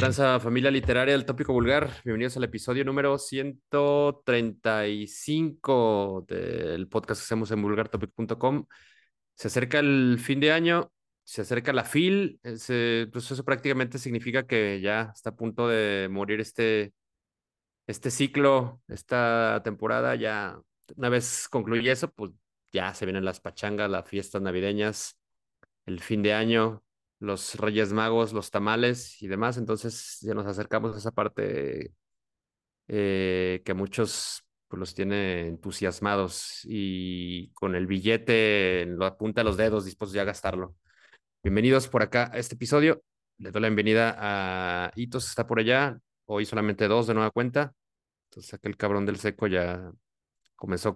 tranza familia literaria del Tópico Vulgar? Bienvenidos al episodio número 135 del podcast que hacemos en vulgartopic.com. Se acerca el fin de año, se acerca la FIL, pues eso prácticamente significa que ya está a punto de morir este ciclo, esta temporada. Ya una vez concluye eso, pues ya se vienen las pachangas, las fiestas navideñas, el fin de año, los Reyes Magos, los tamales y demás. Entonces ya nos acercamos a esa parte que a muchos pues, los tiene entusiasmados y con el billete en la punta de los dedos dispuestos ya a gastarlo. Bienvenidos por acá a este episodio. Le doy la bienvenida a Hitos, está por allá. Hoy solamente dos de nueva cuenta. Entonces aquel cabrón del seco ya comenzó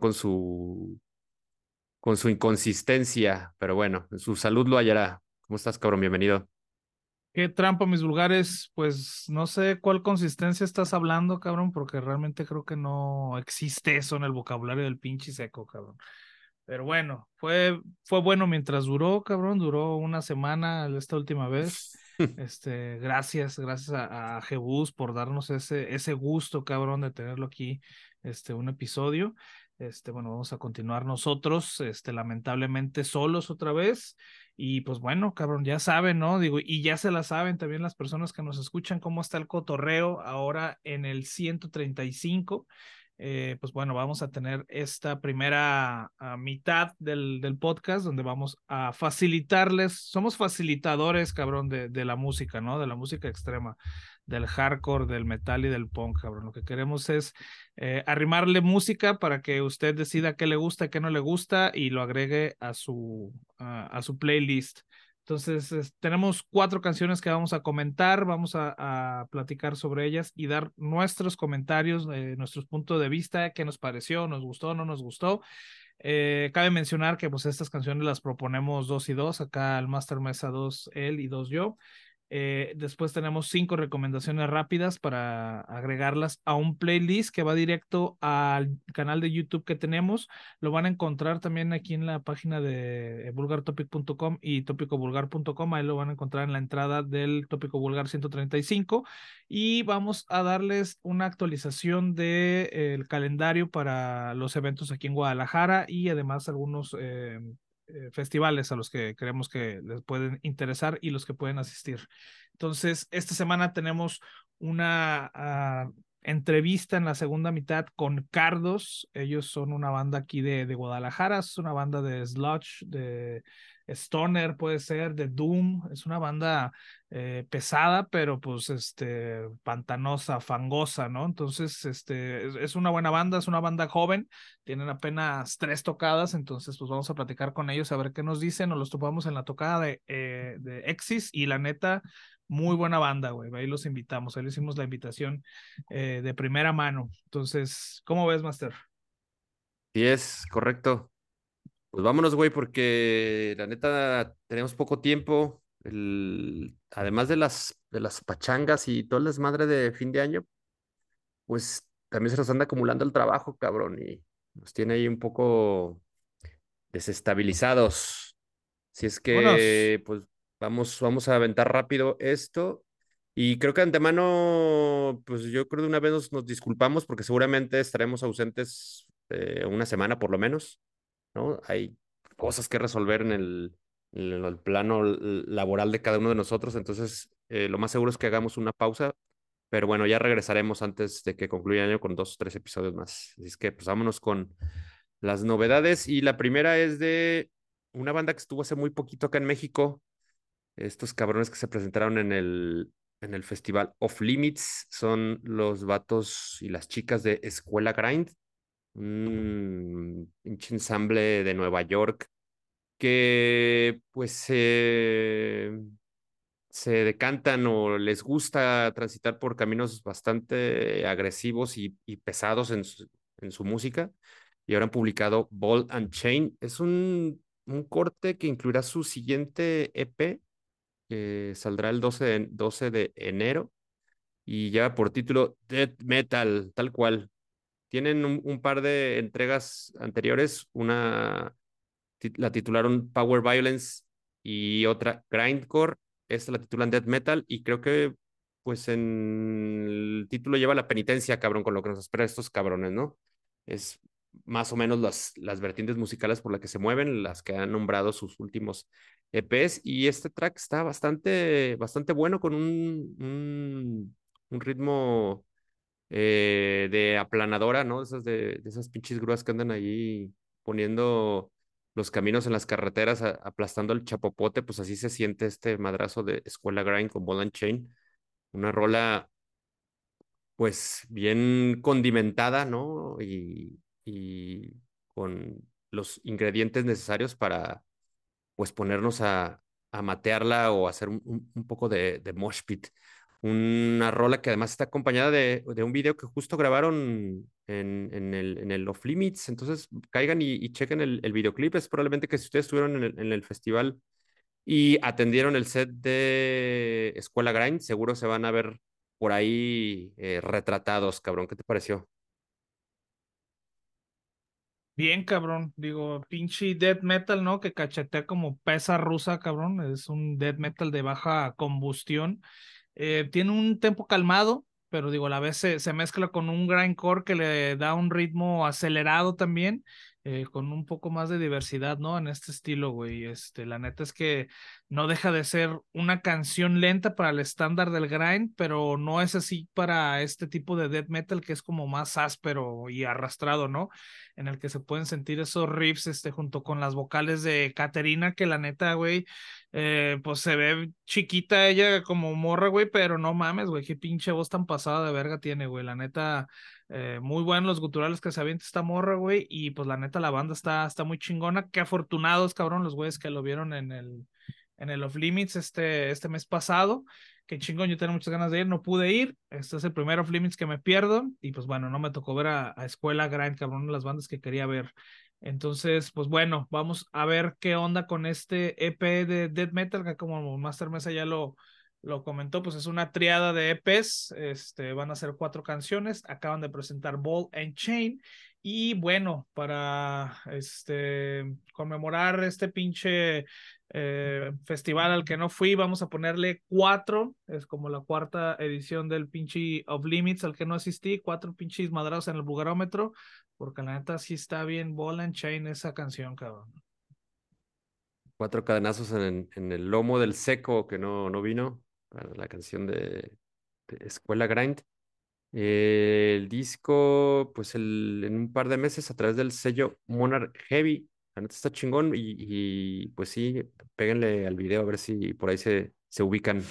con su inconsistencia, pero bueno, en su salud lo hallará. ¿Cómo estás, cabrón? Bienvenido. Qué trampa, mis vulgares. Pues no sé cuál consistencia estás hablando, cabrón, porque realmente creo que no existe eso en el vocabulario del pinche seco, cabrón. Pero bueno, fue bueno mientras duró, cabrón. Duró una semana esta última vez. Gracias a Jebus por darnos ese gusto, cabrón, de tenerlo aquí, un episodio. Bueno, vamos a continuar nosotros, lamentablemente solos otra vez. Y pues bueno, cabrón, ya saben, ¿no? Digo, y ya se la saben también las personas que nos escuchan cómo está el cotorreo ahora en el 135. Pues bueno, vamos a tener esta primera mitad del podcast donde vamos a facilitarles, somos facilitadores, cabrón, de la música, ¿no? De la música extrema, del hardcore, del metal y del punk, cabrón. Lo que queremos es arrimarle música para que usted decida qué le gusta, qué no le gusta y lo agregue a su playlist. Entonces, tenemos 4 canciones que vamos a comentar, vamos a platicar sobre ellas y dar nuestros comentarios, nuestros puntos de vista, qué nos pareció, nos gustó, no nos gustó. Cabe mencionar que pues estas canciones las proponemos dos y dos, acá el Master Mesa dos, él y dos yo. Después tenemos 5 recomendaciones rápidas para agregarlas a un playlist que va directo al canal de YouTube que tenemos. Lo van a encontrar también aquí en la página de vulgartopic.com y topicovulgar.com. Ahí lo van a encontrar en la entrada del Tópico Vulgar 135. Y vamos a darles una actualización del calendario para los eventos aquí en Guadalajara y además algunos festivales a los que creemos que les pueden interesar y los que pueden asistir. Entonces, esta semana tenemos una entrevista en la segunda mitad con Cardos. Ellos son una banda aquí de Guadalajara, es una banda de sludge, de stoner, puede ser, de doom. Es una banda pesada, pero pues pantanosa, fangosa, ¿no? Entonces, es una buena banda, es una banda joven, tienen apenas 3 tocadas, entonces pues vamos a platicar con ellos a ver qué nos dicen. Nos los topamos en la tocada de Exis y la neta, muy buena banda, güey. Ahí los invitamos, ahí le hicimos la invitación de primera mano. Entonces, ¿cómo ves, Master? Sí, es correcto. Pues vámonos, güey, porque la neta tenemos poco tiempo. Además de las pachangas y todo el desmadre de fin de año, pues también se nos anda acumulando el trabajo, cabrón, y nos tiene ahí un poco desestabilizados. Si es Vámonos. que, pues vamos a aventar rápido esto. Y creo que de antemano, pues yo creo de una vez nos disculpamos porque seguramente estaremos ausentes una semana por lo menos, ¿no? Hay cosas que resolver en el plano laboral de cada uno de nosotros, entonces lo más seguro es que hagamos una pausa, pero bueno, ya regresaremos antes de que concluya el año con 2 o 3 episodios más. Así es que pues vámonos con las novedades y la primera es de una banda que estuvo hace muy poquito acá en México, estos cabrones que se presentaron en el festival Off Limits, son los vatos y las chicas de Escuela Grind, un pinche ensamble de Nueva York que pues se decantan o les gusta transitar por caminos bastante agresivos y pesados en su música. Y ahora han publicado Ball and Chain. Es un corte que incluirá su siguiente EP, que saldrá el 12 de enero y lleva por título Death Metal, tal cual. Tienen un par de entregas anteriores, una la titularon Power Violence y otra Grindcore. Esta la titulan Death Metal y creo que pues en el título lleva la penitencia, cabrón, con lo que nos espera estos cabrones, ¿no? Es más o menos las vertientes musicales por las que se mueven, las que han nombrado sus últimos EPs, y este track está bastante bueno con un ritmo de aplanadora, ¿no? De esas pinches grúas que andan ahí poniendo los caminos en las carreteras, aplastando el chapopote, pues así se siente este madrazo de Escuela Grind con Ball and Chain. Una rola, pues, bien condimentada, ¿no? Y con los ingredientes necesarios para, pues, ponernos a matearla o hacer un poco de mosh pit. Una rola que además está acompañada de un video que justo grabaron en el Off Limits. Entonces, caigan y chequen el videoclip. Es probablemente que si ustedes estuvieron en el festival y atendieron el set de Escuela Grind, seguro se van a ver por ahí retratados, cabrón. ¿Qué te pareció? Bien, cabrón. Digo, pinche death metal, ¿no? Que cachetea como pesa rusa, cabrón. Es un death metal de baja combustión. Tiene un tempo calmado, pero digo, a la vez se mezcla con un grindcore que le da un ritmo acelerado también, con un poco más de diversidad, ¿no? En este estilo, güey. La neta es que no deja de ser una canción lenta para el estándar del grind, pero no es así para este tipo de death metal que es como más áspero y arrastrado, ¿no? En el que se pueden sentir esos riffs, junto con las vocales de Caterina, que la neta, güey, pues se ve chiquita ella como morra, güey, pero no mames, güey, qué pinche voz tan pasada de verga tiene, güey. La neta, muy buenos los guturales que se avienta esta morra, güey, y pues la neta la banda está muy chingona. Qué afortunados, cabrón, los güeyes que lo vieron en el Off Limits este mes pasado. Qué chingón, yo tenía muchas ganas de ir, no pude ir. Este es el primer Off Limits que me pierdo, y pues bueno, no me tocó ver a Escuela Grind, cabrón, las bandas que quería ver. Entonces, pues bueno, vamos a ver qué onda con este EP de Death Metal, que como Master Mesa ya lo comentó, pues es una triada de EPs. Van a ser 4 canciones, acaban de presentar Ball and Chain, y bueno, para conmemorar este pinche festival al que no fui, vamos a ponerle 4, es como la cuarta edición del pinche Of Limits al que no asistí, 4 pinches madrados en el bugarómetro, porque la neta sí está bien Ball and Chain esa canción, cabrón. 4 cadenazos en el lomo del seco que no vino para la canción de Escuela Grind. El disco, pues en un par de meses a través del sello Monarch Heavy. La neta está chingón y pues sí, péguenle al video a ver si por ahí se ubican.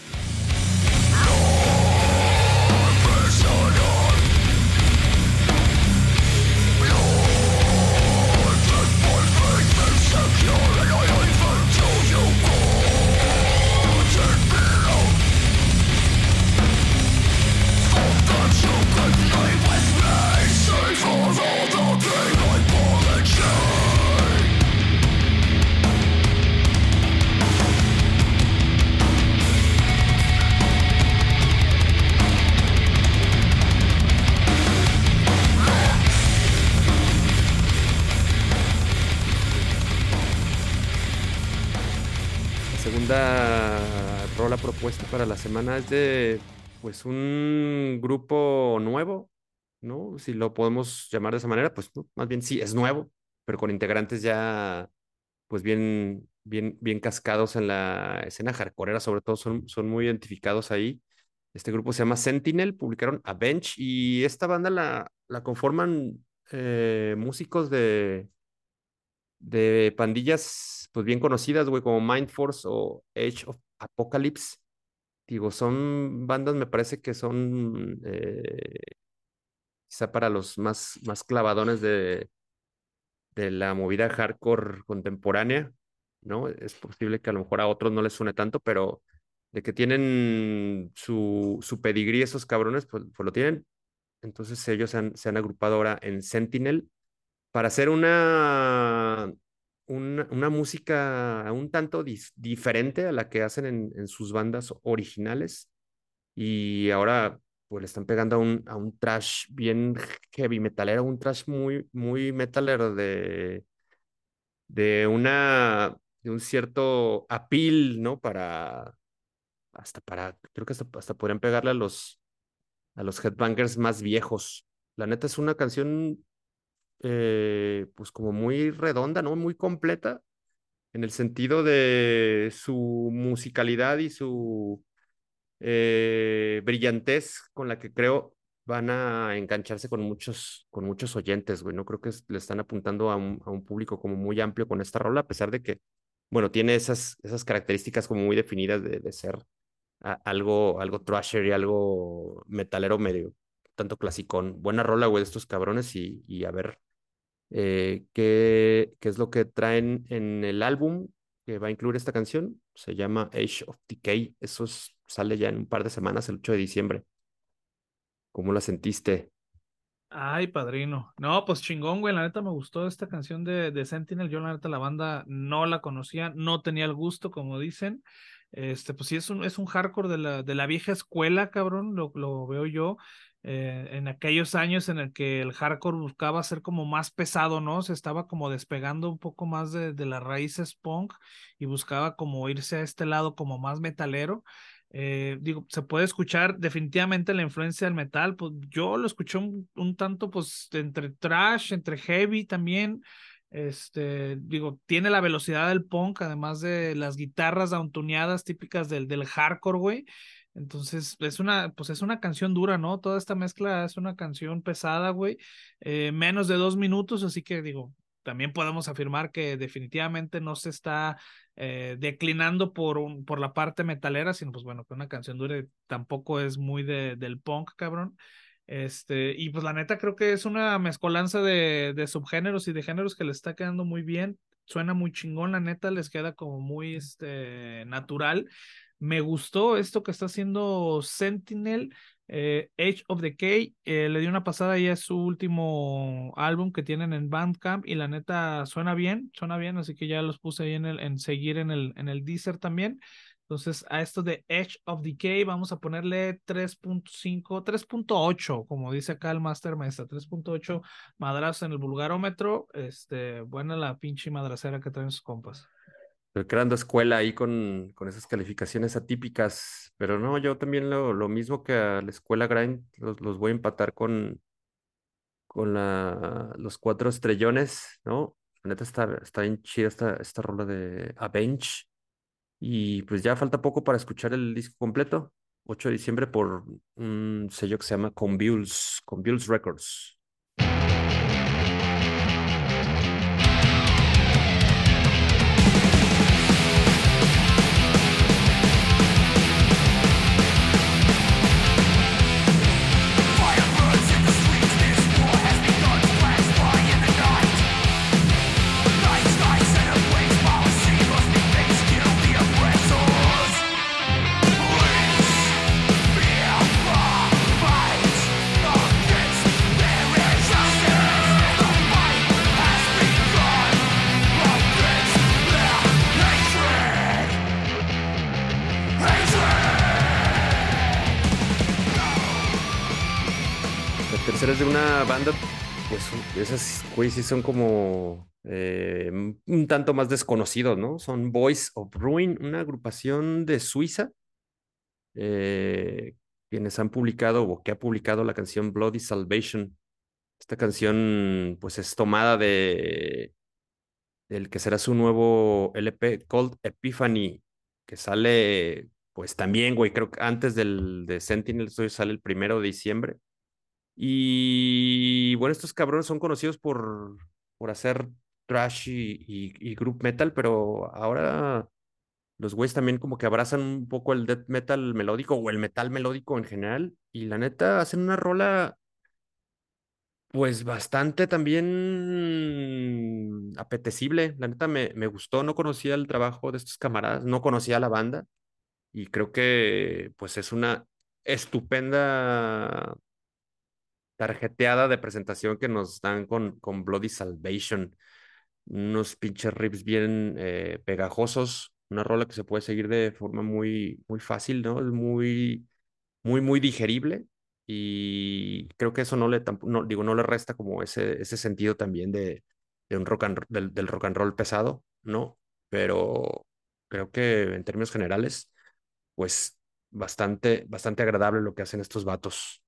La segunda rola propuesta para la semana es de, pues, un grupo nuevo, ¿no? Si lo podemos llamar de esa manera, pues, no, más bien sí, es nuevo, pero con integrantes ya, pues, bien cascados en la escena hardcoreera, sobre todo, son muy identificados ahí. Este grupo se llama Sentinel, publicaron Avenge, y esta banda la conforman músicos de pandillas, pues bien conocidas, güey, como Mind Force o Age of Apocalypse. Digo, son bandas, me parece que son quizá para los más clavadones de la movida hardcore contemporánea, ¿no? Es posible que a lo mejor a otros no les suene tanto, pero de que tienen su pedigrí esos cabrones, pues lo tienen. Entonces ellos se han agrupado ahora en Sentinel para hacer una música un tanto diferente a la que hacen en sus bandas originales. Y ahora pues le están pegando a un trash bien heavy metalero, un trash muy metalero de un cierto appeal, ¿no? Para creo que hasta podrían pegarle a los headbangers más viejos. La neta es una canción, pues como muy redonda, ¿no? Muy completa en el sentido de su musicalidad y su brillantez con la que creo van a engancharse con muchos oyentes, güey. No creo que le están apuntando a un público como muy amplio con esta rola, a pesar de que, bueno, tiene esas características como muy definidas de ser algo thrasher y algo metalero medio, tanto clasicón. Buena rola, güey, de estos cabrones y a ver qué es lo que traen en el álbum que va a incluir esta canción. Se llama Age of Decay. Sale ya en un par de semanas, el 8 de diciembre. ¿Cómo la sentiste? Ay, padrino. No, pues chingón, güey. La neta me gustó esta canción de Sentinel. Yo, la neta, la banda no la conocía, no tenía el gusto, como dicen. Pues sí, es un hardcore de la vieja escuela, cabrón. Lo veo yo. En aquellos años en el que el hardcore buscaba ser como más pesado, ¿no? Se estaba como despegando un poco más de las raíces punk y buscaba como irse a este lado como más metalero. Digo, se puede escuchar definitivamente la influencia del metal, pues yo lo escuché un tanto, pues, entre trash, entre heavy también, digo, tiene la velocidad del punk, además de las guitarras downtuneadas típicas del hardcore, güey. Entonces, pues es una canción dura, ¿no? Toda esta mezcla es una canción pesada, güey. Menos de 2 minutos, así que digo, también podemos afirmar que definitivamente no se está declinando por la parte metalera, sino pues bueno, que una canción dure tampoco es muy del punk, cabrón. Y pues la neta creo que es una mezcolanza de subgéneros y de géneros que le está quedando muy bien. Suena muy chingón, la neta, les queda como muy natural. Me gustó esto que está haciendo Sentinel, Age of Decay. Le di una pasada ya a su último álbum que tienen en Bandcamp y la neta suena bien, así que ya los puse ahí en seguir en el Deezer también. Entonces, a esto de Edge of Decay vamos a ponerle 3.5, 3.8, como dice acá el Master Mesa, 3.8 madrazos en el vulgarómetro. Buena la pinche madracera que traen sus compas. Estoy creando escuela ahí con esas calificaciones atípicas, pero no, yo también lo mismo que a la escuela Grind, los voy a empatar con los cuatro estrellones, ¿no? La neta está bien chida esta rola de Avenge. Y pues ya falta poco para escuchar el disco completo. 8 de diciembre por un sello que se llama Convulse Records. La tercera es de una banda, pues esas, güey, sí son como un tanto más desconocidos, ¿no? Son Boys of Ruin, una agrupación de Suiza, eh, quienes han publicado o que ha publicado la canción Bloody Salvation. Esta canción, pues, es tomada del que será su nuevo LP, Cold Epiphany, que sale, pues también, güey, creo que antes de Sentinel, esto sale el 1 de diciembre. Y bueno, estos cabrones son conocidos por hacer thrash y group metal, pero ahora los güeyes también como que abrazan un poco el death metal melódico o el metal melódico en general. Y la neta hacen una rola pues bastante también apetecible. La neta me gustó, no conocía el trabajo de estos camaradas, no conocía la banda y creo que pues es una estupenda tarjeteada de presentación que nos dan con Bloody Salvation. Unos pinches riffs bien pegajosos, una rola que se puede seguir de forma muy fácil, ¿no? Es muy digerible y creo que eso no, digo, no le resta como ese sentido también de un del rock and roll pesado, ¿no? Pero creo que en términos generales, pues bastante, bastante agradable lo que hacen estos vatos.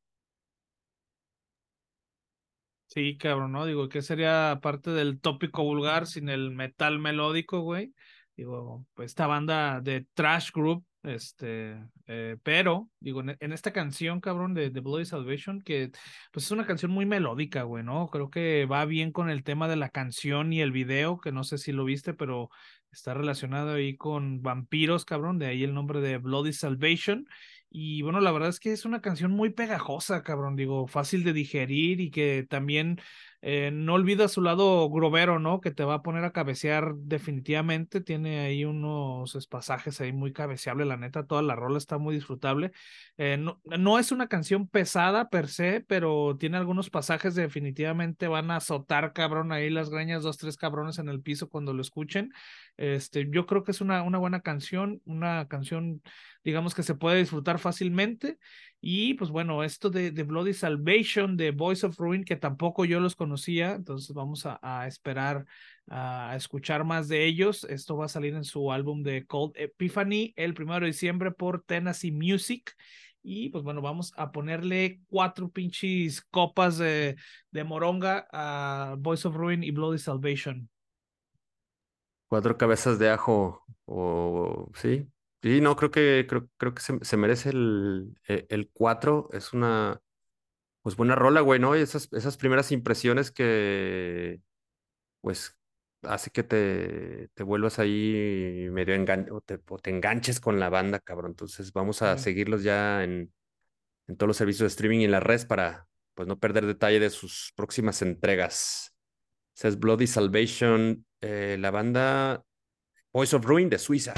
Sí, cabrón, ¿no? Digo, ¿qué sería parte del tópico vulgar sin el metal melódico, güey? Digo, pues esta banda de Trash Group, pero, digo, en esta canción, cabrón, de Bloody Salvation, que pues es una canción muy melódica, güey, ¿no? Creo que va bien con el tema de la canción y el video, que no sé si lo viste, pero está relacionado ahí con vampiros, cabrón, de ahí el nombre de Bloody Salvation. Y bueno, la verdad es que es una canción muy pegajosa, cabrón, digo, fácil de digerir y que también no olvida su lado grovero, ¿no? Que te va a poner a cabecear definitivamente. Tiene ahí unos pasajes ahí muy cabeceable, la neta, toda la rola está muy disfrutable. No es una canción pesada per se, pero tiene algunos pasajes definitivamente van a azotar, cabrón, ahí las greñas, dos, tres cabrones en el piso cuando lo escuchen. Yo creo que es una buena canción, una canción digamos que se puede disfrutar fácilmente. Y pues bueno, esto de Bloody Salvation, de Voice of Ruin, que tampoco yo los conocía, entonces vamos a esperar a escuchar más de ellos. Esto va a salir en su álbum de Cold Epiphany el 1 de diciembre por Tennessee Music. Y pues bueno, vamos a ponerle 4 pinches copas de moronga a Voice of Ruin y Bloody Salvation. 4 cabezas de ajo, o sí. Sí, no, creo que se merece el 4. Es una, pues buena rola, güey, ¿no? Y esas primeras impresiones que, pues, hace que te vuelvas ahí medio o te enganches con la banda, cabrón. Entonces vamos a Sí. seguirlos ya en todos los servicios de streaming y en las redes para, pues, no perder detalle de sus próximas entregas. Esa es Bloody Salvation, la banda Voice of Ruin de Suiza.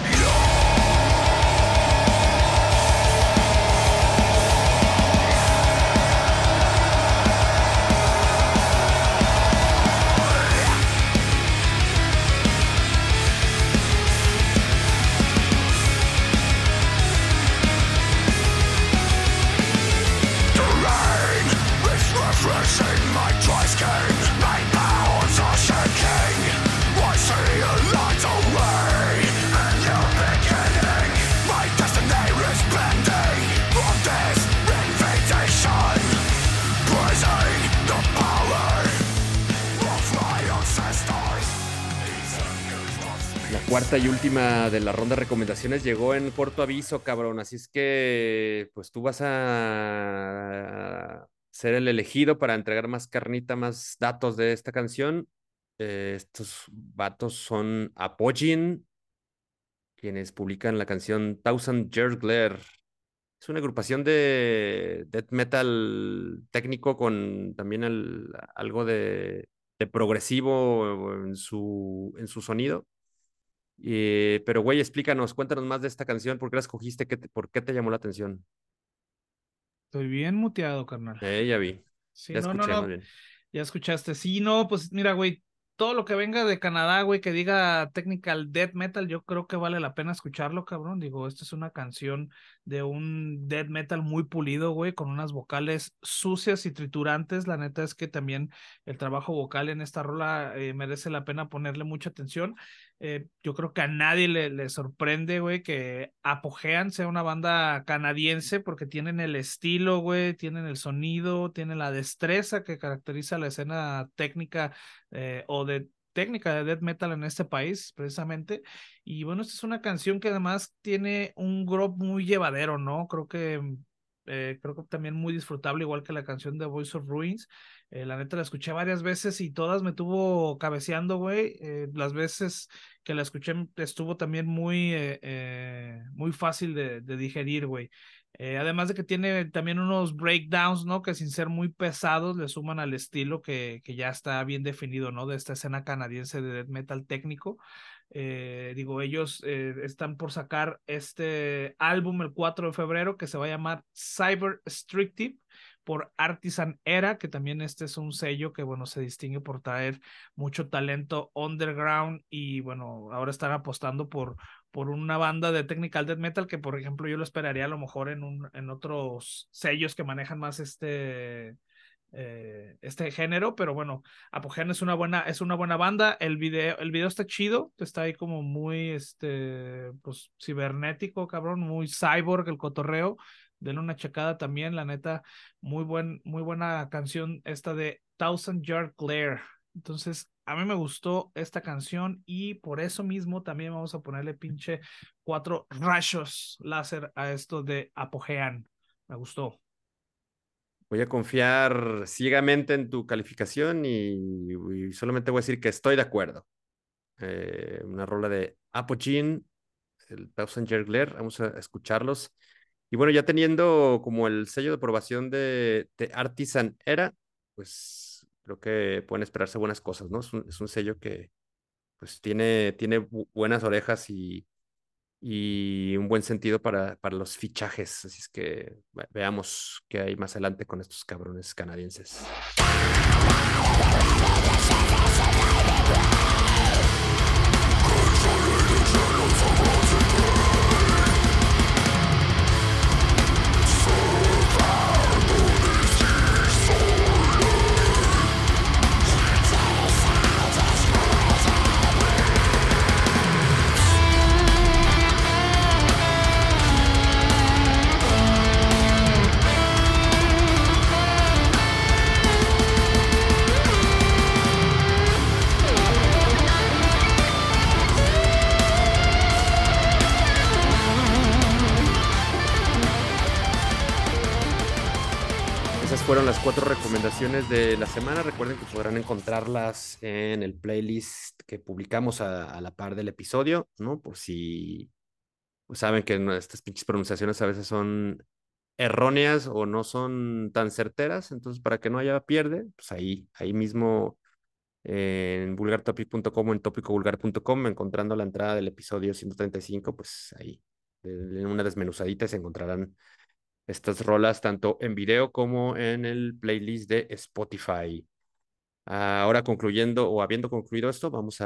La cuarta y última de la ronda de recomendaciones llegó en corto aviso, cabrón. Así es que, pues tú vas a ser el elegido para entregar más carnita, más datos de esta canción. Estos vatos son Apogin, quienes publican la canción Thousand Year Glare. Es una agrupación de death metal técnico con también algo de progresivo en su sonido. Pero, güey, explícanos, cuéntanos más de esta canción, por qué la escogiste, por qué te llamó la atención. Estoy bien muteado, carnal. Ya vi, Sí, ya no, no, escuché más no. bien. Ya escuchaste. Sí, no, pues mira, güey, todo lo que venga de Canadá, güey, que diga technical death metal, yo creo que vale la pena escucharlo, cabrón. Digo, esta es una canción de un death metal muy pulido, güey, con unas vocales sucias y triturantes. La neta es que también el trabajo vocal en esta rola merece la pena ponerle mucha atención. Yo creo que a nadie le sorprende, güey, que Apogean sea una banda canadiense porque tienen el estilo, güey, tienen el sonido, tienen la destreza que caracteriza la escena técnica o de técnica de death metal en este país, precisamente. Y bueno, esta es una canción que además tiene un groove muy llevadero, ¿no? Creo que también muy disfrutable, igual que la canción de Voice of Ruins. La neta la escuché varias veces y todas me tuvo cabeceando, güey. Las veces que la escuché estuvo también muy fácil de digerir, güey. Además de que tiene también unos breakdowns, ¿no? Que sin ser muy pesados le suman al estilo que ya está bien definido, ¿no? De esta escena canadiense de death metal técnico. Digo, ellos están por sacar este álbum el 4 de febrero que se va a llamar Cyber Strictive por Artisan Era, que también este es un sello que, bueno, se distingue por traer mucho talento underground y, bueno, ahora están apostando por una banda de technical death metal que, por ejemplo, yo lo esperaría a lo mejor en otros sellos que manejan más este género, pero bueno, Apogean es una buena banda. El video está chido, está ahí como muy, pues, cibernético, cabrón, muy cyborg el cotorreo. Denle una checada también, la neta, muy buena canción esta de Thousand Yard Glare. Entonces, a mí me gustó esta canción y por eso mismo también vamos a ponerle pinche 4 rayos láser a esto de Apogean. Me gustó. Voy a confiar ciegamente en tu calificación y solamente voy a decir que estoy de acuerdo. Una rola de Apogee, el Thousand Year Glare, vamos a escucharlos. Y bueno, ya teniendo como el sello de aprobación de Artisan Era, pues creo que pueden esperarse buenas cosas, ¿no? Es un sello que pues tiene buenas orejas y un buen sentido para los fichajes. Así es que veamos qué hay más adelante con estos cabrones canadienses. Esas fueron las 4 recomendaciones de la semana. Recuerden que podrán encontrarlas en el playlist que publicamos a la par del episodio, ¿no? Por si pues, saben que estas pinches pronunciaciones a veces son erróneas o no son tan certeras. Entonces, para que no haya pierde, pues ahí mismo en vulgartopic.com o en topicovulgar.com, encontrando la entrada del episodio 135, pues ahí, en una desmenuzadita se encontrarán estas rolas tanto en video como en el playlist de Spotify. Ahora concluyendo o habiendo concluido esto, vamos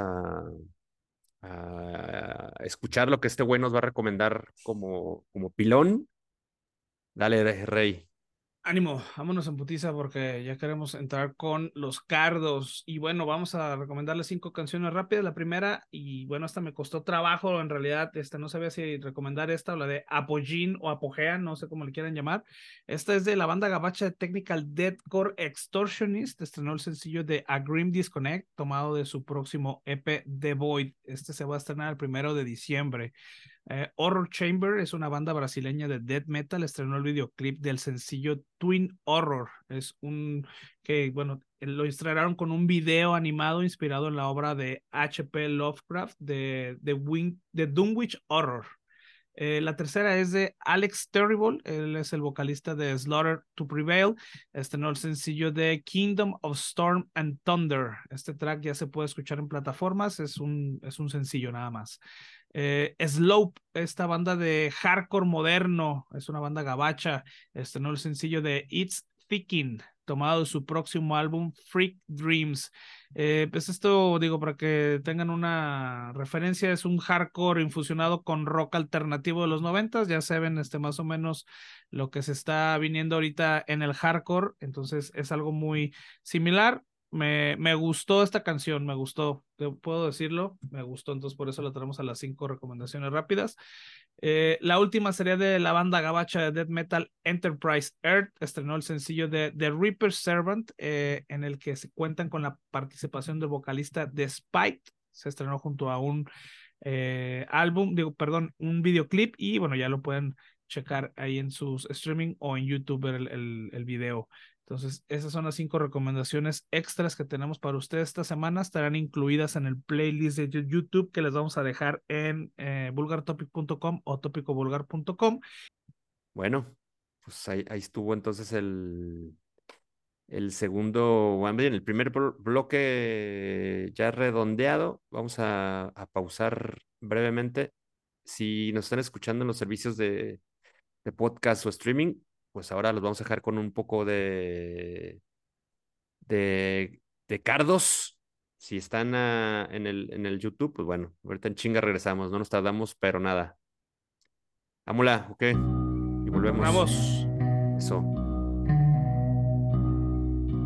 a escuchar lo que este güey nos va a recomendar como pilón. Dale, Rey. Ánimo, vámonos en putiza porque ya queremos entrar con los cardos. Y bueno, vamos a recomendarles 5 canciones rápidas. La primera, y bueno, esta me costó trabajo, en realidad, no sabía si recomendar esta o la de Apogee o Apogea, no sé cómo le quieran llamar. Esta es de la banda gabacha de Technical Deathcore Extortionist. Estrenó el sencillo de A Grim Disconnect, tomado de su próximo EP The Void. Este se va a estrenar el 1 de diciembre. Horror Chamber es una banda brasileña de death metal. Estrenó el videoclip del sencillo Twin Horror. Es un que, bueno, lo estrenaron con un video animado inspirado en la obra de H.P. Lovecraft de Dunwich Horror. La tercera es de Alex Terrible, él es el vocalista de Slaughter to Prevail. Estrenó el sencillo de Kingdom of Storm and Thunder. Este track ya se puede escuchar en plataformas, es un sencillo nada más. Slope, esta banda de hardcore moderno, es una banda gabacha, estrenó el sencillo de It's Thicking, tomado de su próximo álbum Freak Dreams. Pues esto, digo, para que tengan una referencia, es un hardcore infusionado con rock alternativo de los 90. Ya saben, más o menos lo que se está viniendo ahorita en el hardcore, entonces es algo muy similar. Me gustó esta canción, me gustó, puedo decirlo, me gustó, entonces por eso la traemos a las 5 recomendaciones rápidas. La última sería de la banda gabacha de death metal Enterprise Earth. Estrenó el sencillo de The Reaper Servant, en el que se cuentan con la participación del vocalista de Spite. Se estrenó junto a un un videoclip y bueno, ya lo pueden checar ahí en sus streaming o en YouTube ver el video. Entonces, esas son las 5 recomendaciones extras que tenemos para ustedes esta semana. Estarán incluidas en el playlist de YouTube que les vamos a dejar en vulgartopic.com o topicovulgar.com. Bueno, pues ahí estuvo entonces el segundo, bueno, bien, el primer bloque ya redondeado. Vamos a pausar brevemente. Si nos están escuchando en los servicios de podcast o streaming, pues ahora los vamos a dejar con un poco de cardos. Si están en el YouTube, pues bueno, ahorita en chinga regresamos, no nos tardamos, pero nada. Ámula, ok, y volvemos. Vamos. Eso.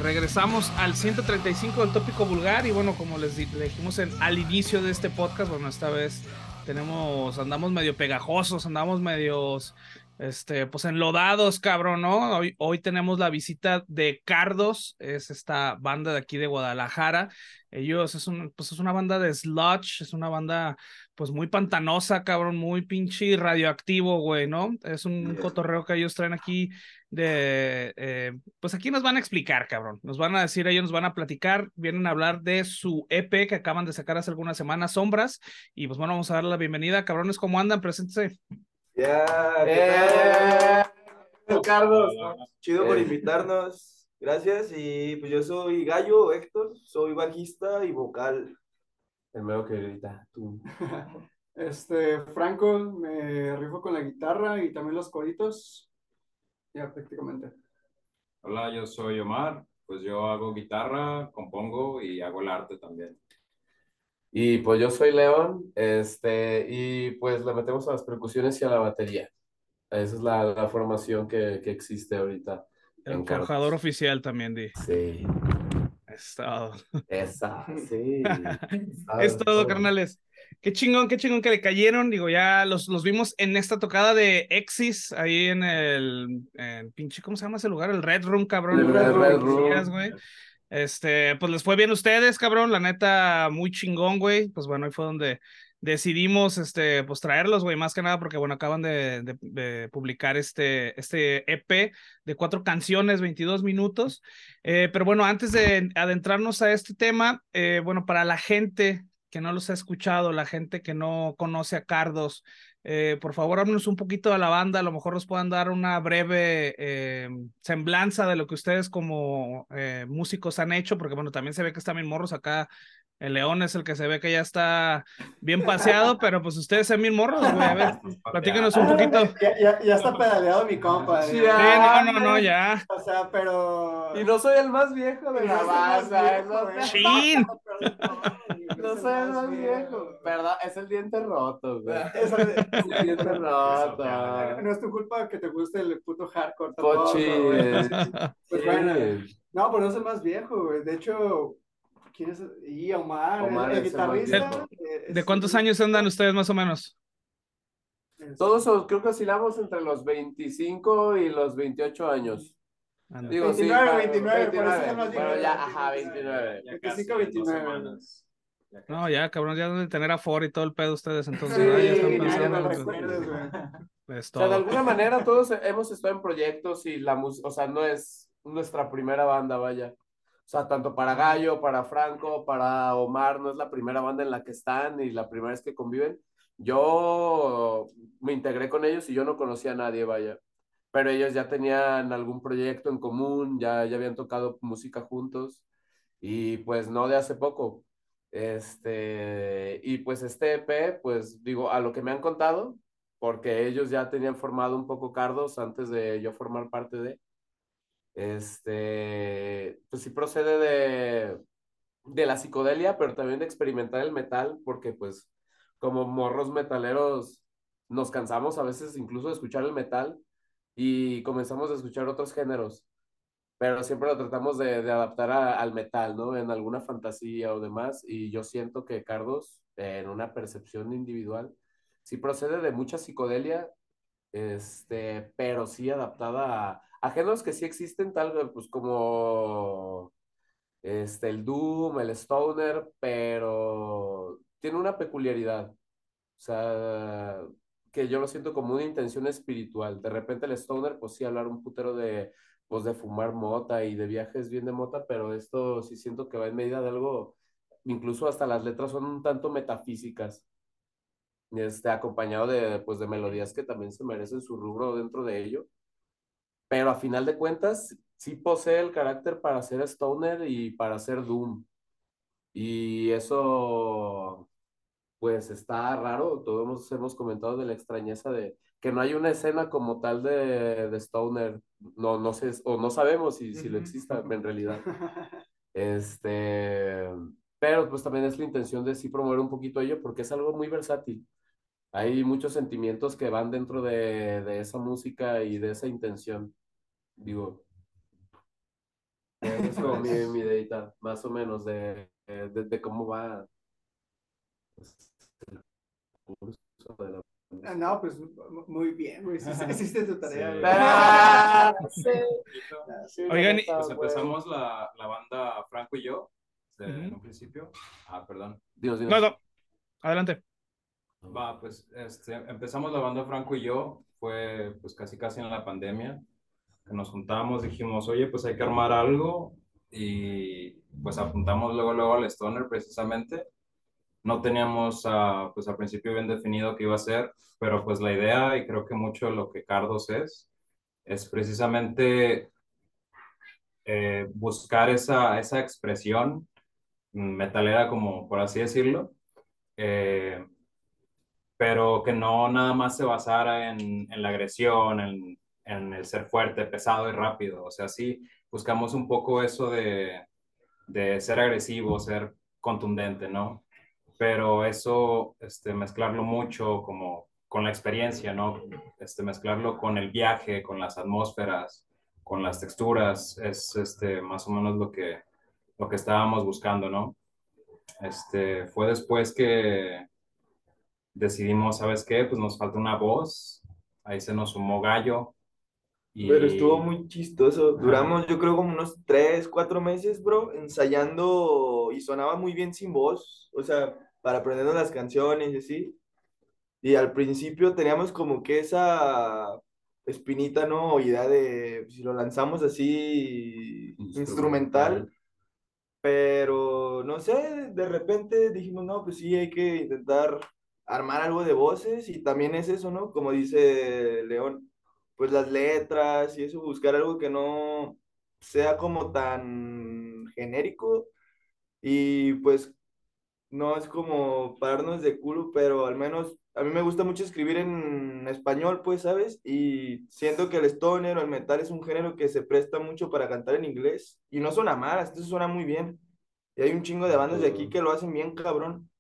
regresamos al 135 del tópico vulgar y bueno, como le dijimos al inicio de este podcast, bueno, esta vez andamos medio pegajosos, andamos medios, pues enlodados, cabrón, ¿no? Hoy tenemos la visita de Cardos, es esta banda de aquí de Guadalajara. Ellos pues es una banda de sludge, es una banda pues muy pantanosa, cabrón, muy pinche radioactivo, güey, ¿no? Es un cotorreo que ellos traen aquí pues aquí nos van a explicar, cabrón. Nos van a decir, ellos nos van a platicar, vienen a hablar de su EP que acaban de sacar hace algunas semanas, Sombras. Y pues bueno, vamos a darle la bienvenida. Cabrones, ¿cómo andan? Preséntense. Ya, ¿qué tal, Carlos? Chido por invitarnos. Gracias. Y pues yo soy Gallo Héctor, soy bajista y vocal. El mero que grita, tú. Franco, me rifo con la guitarra y también los coritos, ya prácticamente. Hola, yo soy Omar, pues yo hago guitarra, compongo y hago el arte también. Y pues yo soy León, y pues le metemos a las percusiones y a la batería. Esa es la formación que existe ahorita El en Carlos. forjador oficial también, di. Sí, Es todo. esa, sí. Es todo, carnales. Qué chingón que le cayeron. Digo, ya los vimos en esta tocada de Exis, ahí en pinche, ¿cómo se llama ese lugar? El Red Room, cabrón. El Red Room. Güey. Pues les fue bien a ustedes, cabrón. La neta, muy chingón, güey. Pues bueno, ahí fue donde decidimos, pues traerlos, güey. Más que nada porque, bueno, acaban de publicar este EP de 4 canciones, 22 minutos. Pero bueno, antes de adentrarnos a este tema, bueno, para la gente que no los ha escuchado, la gente que no conoce a Cardos, por favor, háblenos un poquito de la banda, a lo mejor nos puedan dar una breve semblanza de lo que ustedes como músicos han hecho, porque bueno, también se ve que están bien morros acá. El León es el que se ve que ya está bien paseado, pero pues ustedes son bien morros, güey. A ver, platícanos un poquito. Ya está pedaleado mi compa. Sí, No, ya. O sea, pero... Y no soy el más viejo de la banda. ¡Chin! No soy el más viejo. ¿Verdad? Es el diente roto, güey. Es El diente roto. No es tu culpa que te guste el puto hardcore. Cochi. Pues bueno, no, pero no es el más viejo, güey. De hecho, ¿quién es? Y Omar, Omar el es el más guitarrista. viejo. ¿De cuántos años andan ustedes más o menos? Todos creo que oscilamos entre los 25 y los 28 años. Digo, 29, sí, 29, por eso es el más Bueno, viejo. ya, ajá, 29. 25, 29. No, ya, cabrón, ya deben tener Afore y todo el pedo ustedes, entonces, Sí, ¿verdad? Ya están ya pensando. me Pues, recuerdes, güey. pues O sea, de todo. alguna manera todos hemos estado en proyectos y la música, o sea, no es nuestra primera banda, vaya. O sea, tanto para Gallo, para Franco, para Omar, no es la primera banda en la que están y la primera vez que conviven. Yo me integré con ellos y yo no conocía a nadie, vaya. Pero ellos ya tenían algún proyecto en común, ya habían tocado música juntos y pues no de hace poco. Y pues este EP, pues digo, a lo que me han contado, porque ellos ya tenían formado un poco Cardos antes de yo formar parte de, pues sí procede de la psicodelia, pero también de experimentar el metal, porque pues como morros metaleros nos cansamos a veces incluso de escuchar el metal y comenzamos a escuchar otros géneros, pero siempre lo tratamos de adaptar al metal, ¿no? En alguna fantasía o demás, y yo siento que Cardos, en una percepción individual, sí procede de mucha psicodelia, pero sí adaptada a géneros que sí existen, tal vez, pues como el Doom, el Stoner, pero tiene una peculiaridad. O sea, que yo lo siento como una intención espiritual. De repente el stoner, pues sí, hablar un putero de, pues de fumar mota y de viajes bien de mota, pero esto sí siento que va en medida de algo, incluso hasta las letras son un tanto metafísicas, acompañado pues de melodías que también se merecen su rubro dentro de ello, pero a final de cuentas sí posee el carácter para ser stoner y para ser doom. Y eso pues está raro, todos hemos comentado de la extrañeza de que no hay una escena como tal de Stoner, no sé, o no sabemos si lo exista en realidad. Este, pero pues también es la intención de sí promover un poquito ello porque es algo muy versátil. Hay muchos sentimientos que van dentro de esa música y de esa intención. Digo, Es como mi ideita, más o menos, de cómo va pues, el curso de la música. No, pues muy bien, güey. Hiciste tu tarea, Sí. güey. Sí, sí, la Oigan, neta, Pues güey. empezamos la banda Franco y yo, en Ujú. un principio. Ah, perdón. Dios, No, Dios. no, adelante. Va, pues empezamos la banda Franco y yo, fue pues casi en la pandemia, que nos juntamos, dijimos, oye, pues hay que armar algo y pues apuntamos luego al Stoner precisamente. No teníamos pues al principio bien definido qué iba a ser, pero pues la idea y creo que mucho de lo que Cardos es precisamente buscar esa expresión metalera como por así decirlo. Eh, pero que no nada más se basara en la agresión, en el ser fuerte, pesado y rápido. O sea, sí buscamos un poco eso de ser agresivo, ser contundente, ¿no? Pero eso, mezclarlo mucho como con la experiencia, ¿no? Mezclarlo con el viaje, con las atmósferas, con las texturas, es más o menos lo que estábamos buscando, ¿no? Fue después que decidimos, ¿sabes qué? Pues nos falta una voz. Ahí se nos sumó Gallo Pero estuvo y muy chistoso. ajá, Duramos, yo creo, como unos 3, 4 meses, bro, ensayando y sonaba muy bien sin voz. O sea, para aprendernos las canciones y así. Y al principio teníamos como que esa espinita, ¿no? O idea de si lo lanzamos así instrumental, pero no sé, de repente dijimos, no, pues sí, hay que intentar armar algo de voces y también es eso, ¿no? Como dice León, pues las letras y eso, buscar algo que no sea como tan genérico y pues no es como pararnos de culo, pero al menos a mí me gusta mucho escribir en español, pues, ¿sabes? Y siento que el stoner o el metal es un género que se presta mucho para cantar en inglés y no suena mal, esto suena muy bien. Y hay un chingo de bandas de aquí que lo hacen bien, cabrón,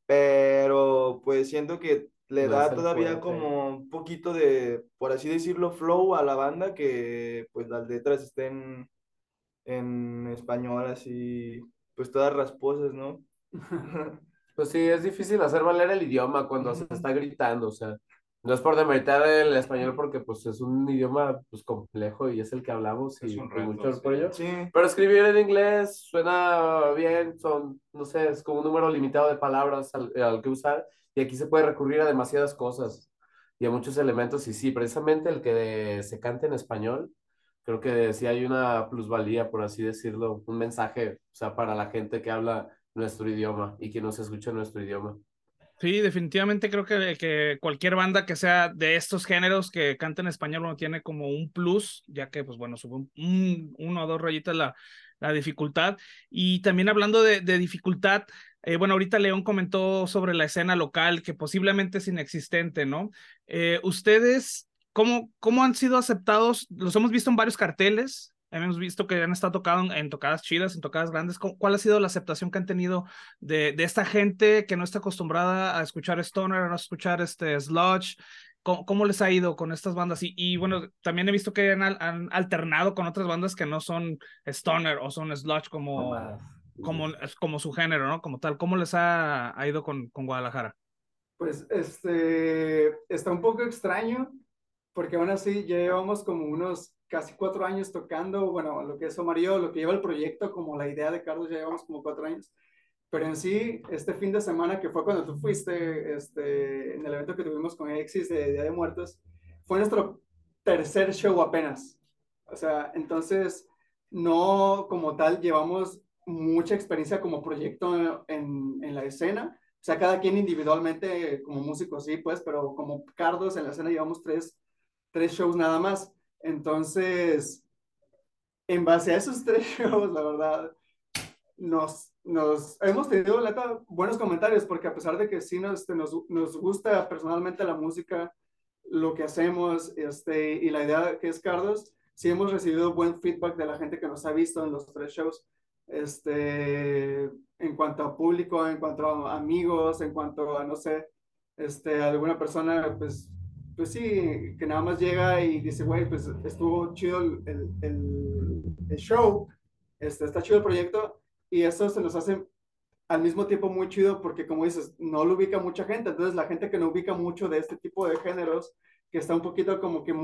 pero pues siento que le No es da el todavía fuerte. como un poquito de, por así decirlo, flow a la banda que pues las letras estén en español así, pues todas rasposas, ¿no? Pues sí, es difícil hacer valer el idioma cuando se está gritando, o sea, no es por demeritar el español porque pues es un idioma pues complejo y es el que hablamos es y un pues reto, mucho sí. por ello. Sí, Pero escribir en inglés suena bien, son, no sé, es como un número limitado de palabras al que usar y aquí se puede recurrir a demasiadas cosas y a muchos elementos y sí, precisamente el que se cante en español, creo que sí hay una plusvalía, por así decirlo, un mensaje, o sea, para la gente que habla nuestro idioma y que nos escucha en nuestro idioma. Sí, definitivamente creo que cualquier banda que sea de estos géneros que canta en español no tiene como un plus, ya que, pues bueno, sube uno o dos rayitas la dificultad. Y también hablando de dificultad, bueno, ahorita León comentó sobre la escena local, que posiblemente es inexistente, ¿no? ¿Ustedes cómo han sido aceptados? Los hemos visto en varios carteles. Hemos visto que han estado tocando en tocadas chidas, en tocadas grandes. ¿Cuál ha sido la aceptación que han tenido de esta gente que no está acostumbrada a escuchar stoner, a no escuchar sludge? ¿Cómo les ha ido con estas bandas? Y bueno, también he visto que han alternado con otras bandas que no son stoner o son sludge Mamá. como su género, ¿no? Como tal. ¿Cómo les ha ido con Guadalajara? Pues está un poco extraño, porque aún así ya llevamos como unos casi 4 años tocando, bueno, lo que es Omarillo, lo que lleva el proyecto, como la idea de Carlos, ya llevamos como 4 años. Pero en sí, este fin de semana, que fue cuando tú fuiste, en el evento que tuvimos con Exis de Día de Muertos, fue nuestro tercer show apenas. O sea, entonces, no como tal llevamos mucha experiencia como proyecto en la escena. O sea, cada quien individualmente como músico, sí, pues, pero como Cardos en la escena llevamos tres shows nada más. Entonces, en base a esos tres shows, la verdad, nos hemos tenido neta, buenos comentarios, porque a pesar de que sí nos gusta personalmente la música, lo que hacemos y la idea que es Cardos, sí hemos recibido buen feedback de la gente que nos ha visto en los tres shows, en cuanto a público, en cuanto a amigos, en cuanto a, no sé, alguna persona, pues sí, que nada más llega y dice, güey, pues estuvo chido el show, está chido el proyecto y eso se nos hace al mismo tiempo muy chido porque como dices, no lo ubica mucha gente, entonces la gente que no ubica mucho de este tipo de géneros, que está un poquito como que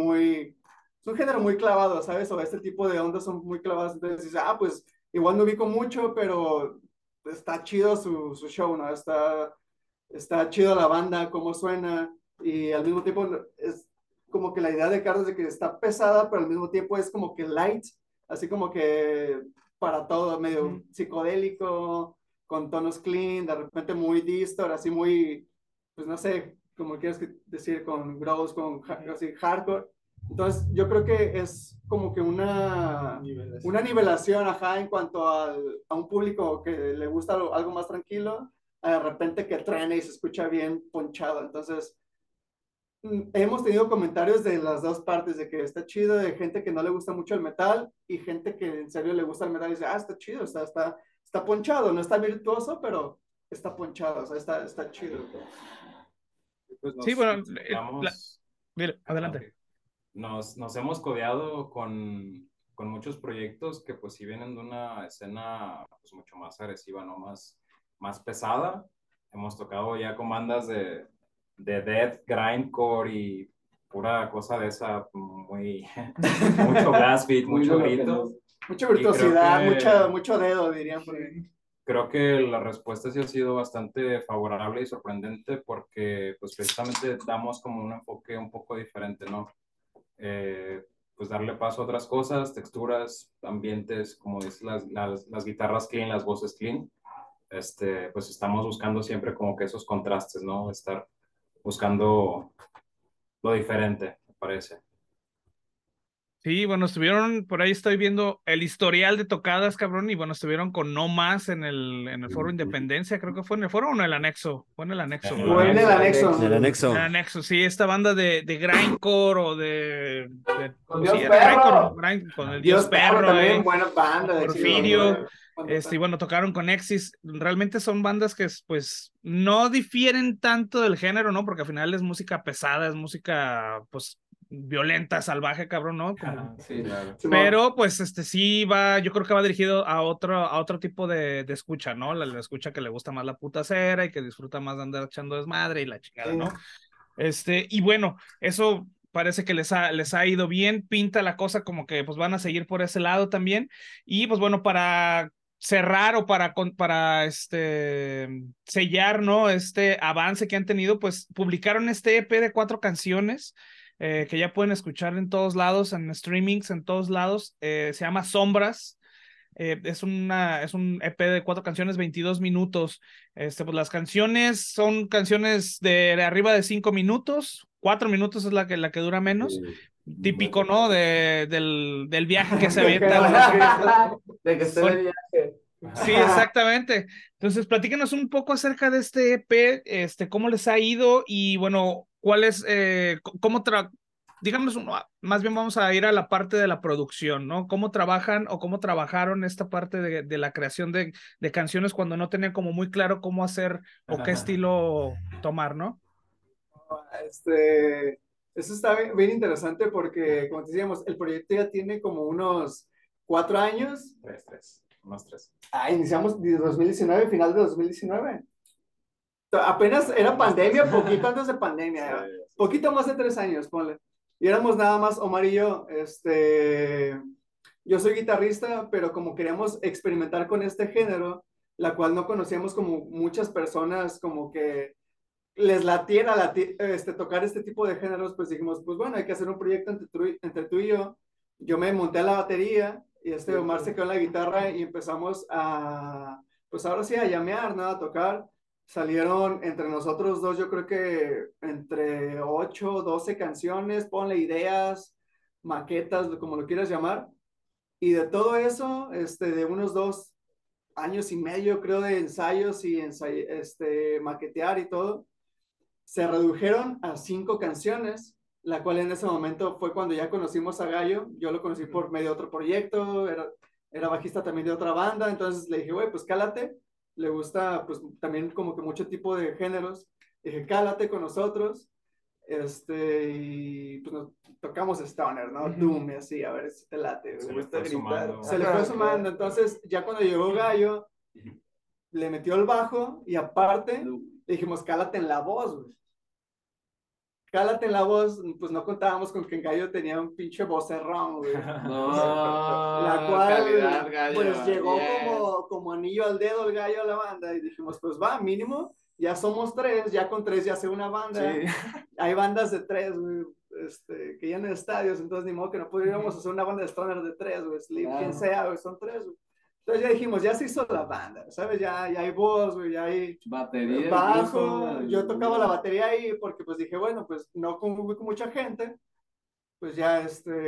es un género muy clavado, ¿sabes? O este tipo de ondas son muy clavadas, entonces dices, pues igual no ubico mucho, pero está chido su show, ¿no? Está chido la banda, cómo suena, y al mismo tiempo es como que la idea de Carlos de que está pesada, pero al mismo tiempo es como que light, así como que para todo, medio psicodélico, con tonos clean, de repente muy distor, así muy, pues no sé, como quieres decir, con grows, así hardcore. Entonces, yo creo que es como que una nivelación, ajá, en cuanto a un público que le gusta algo más tranquilo, de repente que truene y se escucha bien ponchado. Entonces, hemos tenido comentarios de las dos partes, de que está chido, de gente que no le gusta mucho el metal y gente que en serio le gusta el metal y dice, está chido, está ponchado, no está virtuoso, pero está ponchado, o sea, está chido. Pues Sí, bueno, vamos, dile, adelante. nos hemos codeado con muchos proyectos que pues sí vienen de una escena pues mucho más agresiva, ¿no? Más pesada. Hemos tocado ya con bandas de death, grindcore y pura cosa de esa, mucho blast beat, mucho grito. Mucha Y virtuosidad, creo que, mucho dedo, dirían por ahí. creo que la respuesta sí ha sido bastante favorable y sorprendente porque pues precisamente damos como un enfoque un poco diferente, ¿no? Pues darle paso a otras cosas, texturas, ambientes, como dices, las guitarras clean, las voces clean. Pues estamos buscando siempre como que esos contrastes, ¿no? Estar buscando lo diferente, me parece. Sí, bueno, estuvieron, por ahí estoy viendo el historial de tocadas, cabrón, y bueno, estuvieron con No Más en el Foro Independencia, creo que fue en el foro o en el anexo, fue en el anexo, En ¿verdad? O en el anexo. En el anexo. En el anexo, sí, esta banda de grindcore o Con pues Dios sí, era grindcore, perro. con el Dios Dios Perro Perro, también, buena banda. De Porfirio, hecho, y bueno, tocaron con Exis, realmente son bandas que pues no difieren tanto del género, ¿no? Porque al final es música pesada, es música pues violenta, salvaje, cabrón, ¿no? Como Sí, claro. pero pues sí va, yo creo que va dirigido a otro tipo de escucha, ¿no? La escucha que le gusta más la puta cera y que disfruta más de andar echando desmadre y la chingada, ¿no? Y bueno, eso parece que les ha ido bien, pinta la cosa como que pues van a seguir por ese lado también. Y pues bueno, para cerrar o para sellar, ¿no? Este avance que han tenido, pues publicaron este EP de 4 canciones que ya pueden escuchar en todos lados, en streamings, en todos lados. Se llama Sombras. Es un EP de 4 canciones, 22 minutos. Pues las canciones son canciones de arriba de 5 minutos. 4 minutos es la que dura menos. Típico, ¿no? Del viaje que se avienta uno. De que esté de viaje. Sí, exactamente. Entonces, platícanos un poco acerca de este EP, cómo les ha ido y bueno, cuál es, digamos, más bien vamos a ir a la parte de la producción, ¿no? ¿Cómo trabajan o cómo trabajaron esta parte de la creación de canciones cuando no tenían como muy claro cómo hacer o qué estilo tomar, ¿no? Eso está bien interesante porque, como te decíamos, el proyecto ya tiene como unos 4 años. Unos tres. Iniciamos de 2019, final de 2019. Apenas era pandemia, poquito antes de pandemia, poquito más de 3 años, ponle. Y éramos nada más Omar y yo. Yo soy guitarrista, pero como queríamos experimentar con este género, la cual no conocíamos como muchas personas, como que les latiera tocar este tipo de géneros, pues dijimos, pues bueno, hay que hacer un proyecto entre tú y yo. Yo me monté a la batería y Omar se quedó en la guitarra y empezamos pues ahora sí, a llamear, ¿no? A tocar. Salieron entre nosotros dos, yo creo que entre 8 12 canciones, ponle ideas, maquetas, como lo quieras llamar. Y de todo eso, de unos 2 años y medio, creo, de ensayos y maquetear y todo, se redujeron a 5 canciones, la cual en ese momento fue cuando ya conocimos a Gallo. Yo lo conocí por medio de otro proyecto, era bajista también de otra banda, entonces le dije, güey, pues cálate, le gusta pues también como que mucho tipo de géneros, dije, cálate con nosotros. y pues nos tocamos Stoner, ¿no? Doom y así, a ver si te late, Se güey. le gusta fue gritar. sumando. Se le fue sumando, entonces ya cuando llegó Gallo, le metió el bajo y aparte le dijimos, cálate en la voz, güey. Cálate en la voz, pues no contábamos con que Gallo tenía un pinche vocerrón, güey. La No, cual, calidad, Gallo. pues llegó Yes. como anillo al dedo el Gallo a la banda y dijimos, pues va, mínimo, ya somos tres, ya con tres ya hace una banda. Sí. Hay bandas de tres, güey, que llenan estadios, entonces ni modo que no pudiéramos hacer una banda de stoner de tres, güey, Sleep, Claro. quien sea, güey, son tres, güey. Entonces ya dijimos, ya se hizo la banda, ¿sabes? Ya hay voz, güey, ya hay Batería. bajo. Incluso, Yo tocaba la batería ahí porque pues dije, bueno, pues no conviví con mucha gente, pues ya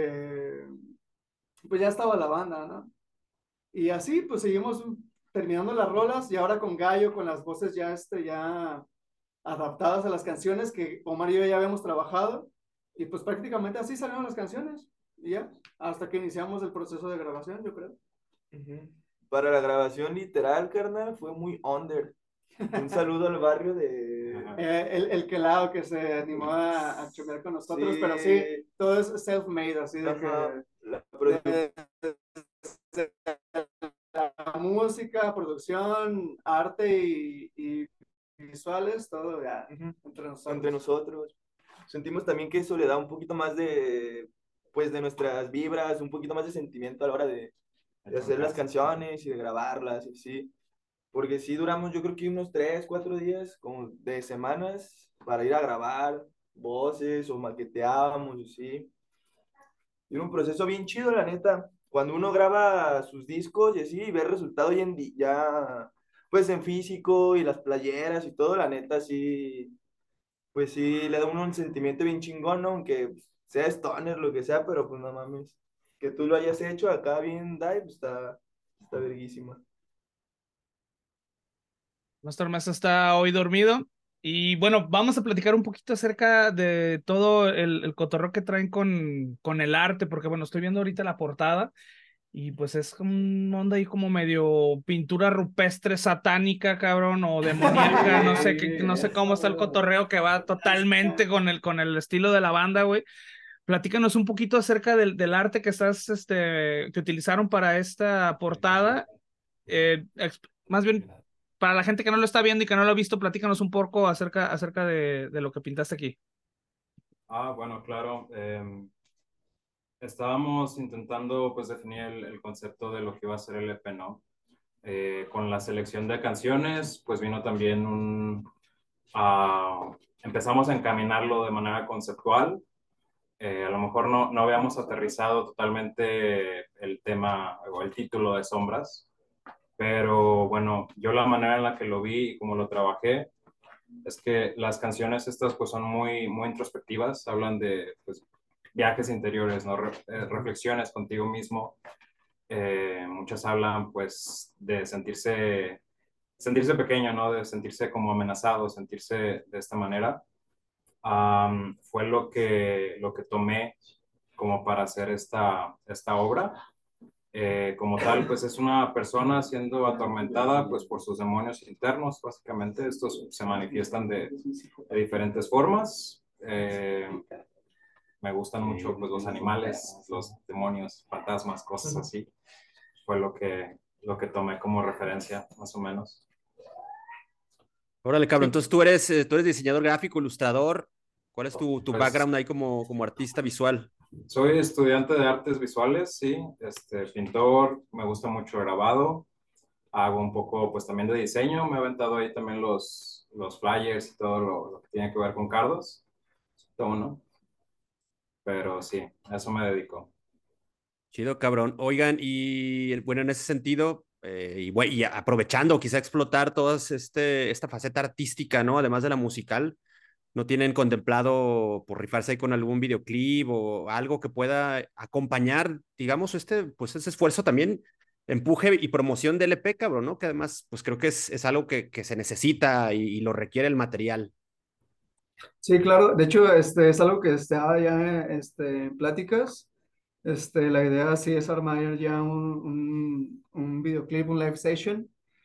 pues ya estaba la banda, ¿no? Y así, pues seguimos terminando las rolas y ahora con Gallo, con las voces ya adaptadas a las canciones que Omar y yo ya habíamos trabajado. Y pues prácticamente así salieron las canciones. Y ya, hasta que iniciamos el proceso de grabación, yo creo. Para la grabación literal, carnal, fue muy under. Un saludo al barrio de... Ajá. El Quelao que se animó a chomear con nosotros, Sí. pero sí, todo es self-made, así de Ajá, que la producción. la música, producción, arte y visuales, todo ya entre nosotros. Entre nosotros. Sentimos también que eso le da un poquito más de, pues, de nuestras vibras, un poquito más de sentimiento a la hora de hacer las canciones y de grabarlas y sí. Porque sí duramos, yo creo que unos 3, 4 días, como de semanas, para ir a grabar voces o maqueteábamos y sí. Y era un proceso bien chido, la neta. Cuando uno graba sus discos y así, y ve el resultado ya, pues en físico y las playeras y todo, la neta sí, pues sí, le da a uno un sentimiento bien chingón, ¿no? Aunque sea stoner, lo que sea, pero pues no mames. Que tú lo hayas hecho acá bien dive, pues está verguísima. Nuestro Mesa está hoy dormido. Y bueno, vamos a platicar un poquito acerca de todo el cotorreo que traen con el arte, porque bueno, estoy viendo ahorita la portada y pues es como un onda ahí como medio pintura rupestre satánica, cabrón, o demoníaca, no sé, no sé cómo está el cotorreo que va totalmente con el estilo de la banda, güey. Platícanos un poquito acerca del arte que que utilizaron para esta portada. Más bien, para la gente que no lo está viendo y que no lo ha visto, platícanos un poco acerca de lo que pintaste aquí. Bueno, claro. Estábamos intentando pues definir el concepto de lo que iba a ser el EP, ¿no? Con la selección de canciones, pues vino también empezamos a encaminarlo de manera conceptual. A lo mejor no habíamos aterrizado totalmente el tema o el título de Sombras, pero bueno, yo la manera en la que lo vi y cómo lo trabajé es que las canciones estas pues son muy, muy introspectivas, hablan de pues, viajes interiores, ¿no? Reflexiones contigo mismo. Muchas hablan pues de sentirse pequeño, ¿no? De sentirse como amenazado, sentirse de esta manera. Fue lo que tomé como para hacer esta obra. Como tal, pues es una persona siendo atormentada pues por sus demonios internos, básicamente. Estos se manifiestan de diferentes formas. Me gustan mucho pues los animales, los demonios, fantasmas, cosas así. Fue lo que tomé como referencia, más o menos. Órale, cabrón. Entonces tú eres diseñador gráfico, ilustrador. ¿Cuál es tu Pues, background ahí como artista visual? soy estudiante de artes visuales, sí, pintor, me gusta mucho el grabado, hago un poco pues también de diseño, me he aventado ahí también los flyers y todo lo que tiene que ver con cardos, todo, ¿no? Pero sí, a eso me dedico. Chido, cabrón. Oigan, y bueno, en ese sentido, y aprovechando, quizá explotar toda esta faceta artística, ¿no? Además de la musical, ¿no tienen contemplado por rifarse ahí con algún videoclip o algo que pueda acompañar, digamos, pues ese esfuerzo también, empuje y promoción del EP, cabrón, ¿no? Que además, pues creo que es algo que se necesita y lo requiere el material. Sí, claro. De hecho, es algo que está ya en pláticas. La idea sí es armar ya un videoclip, un live session.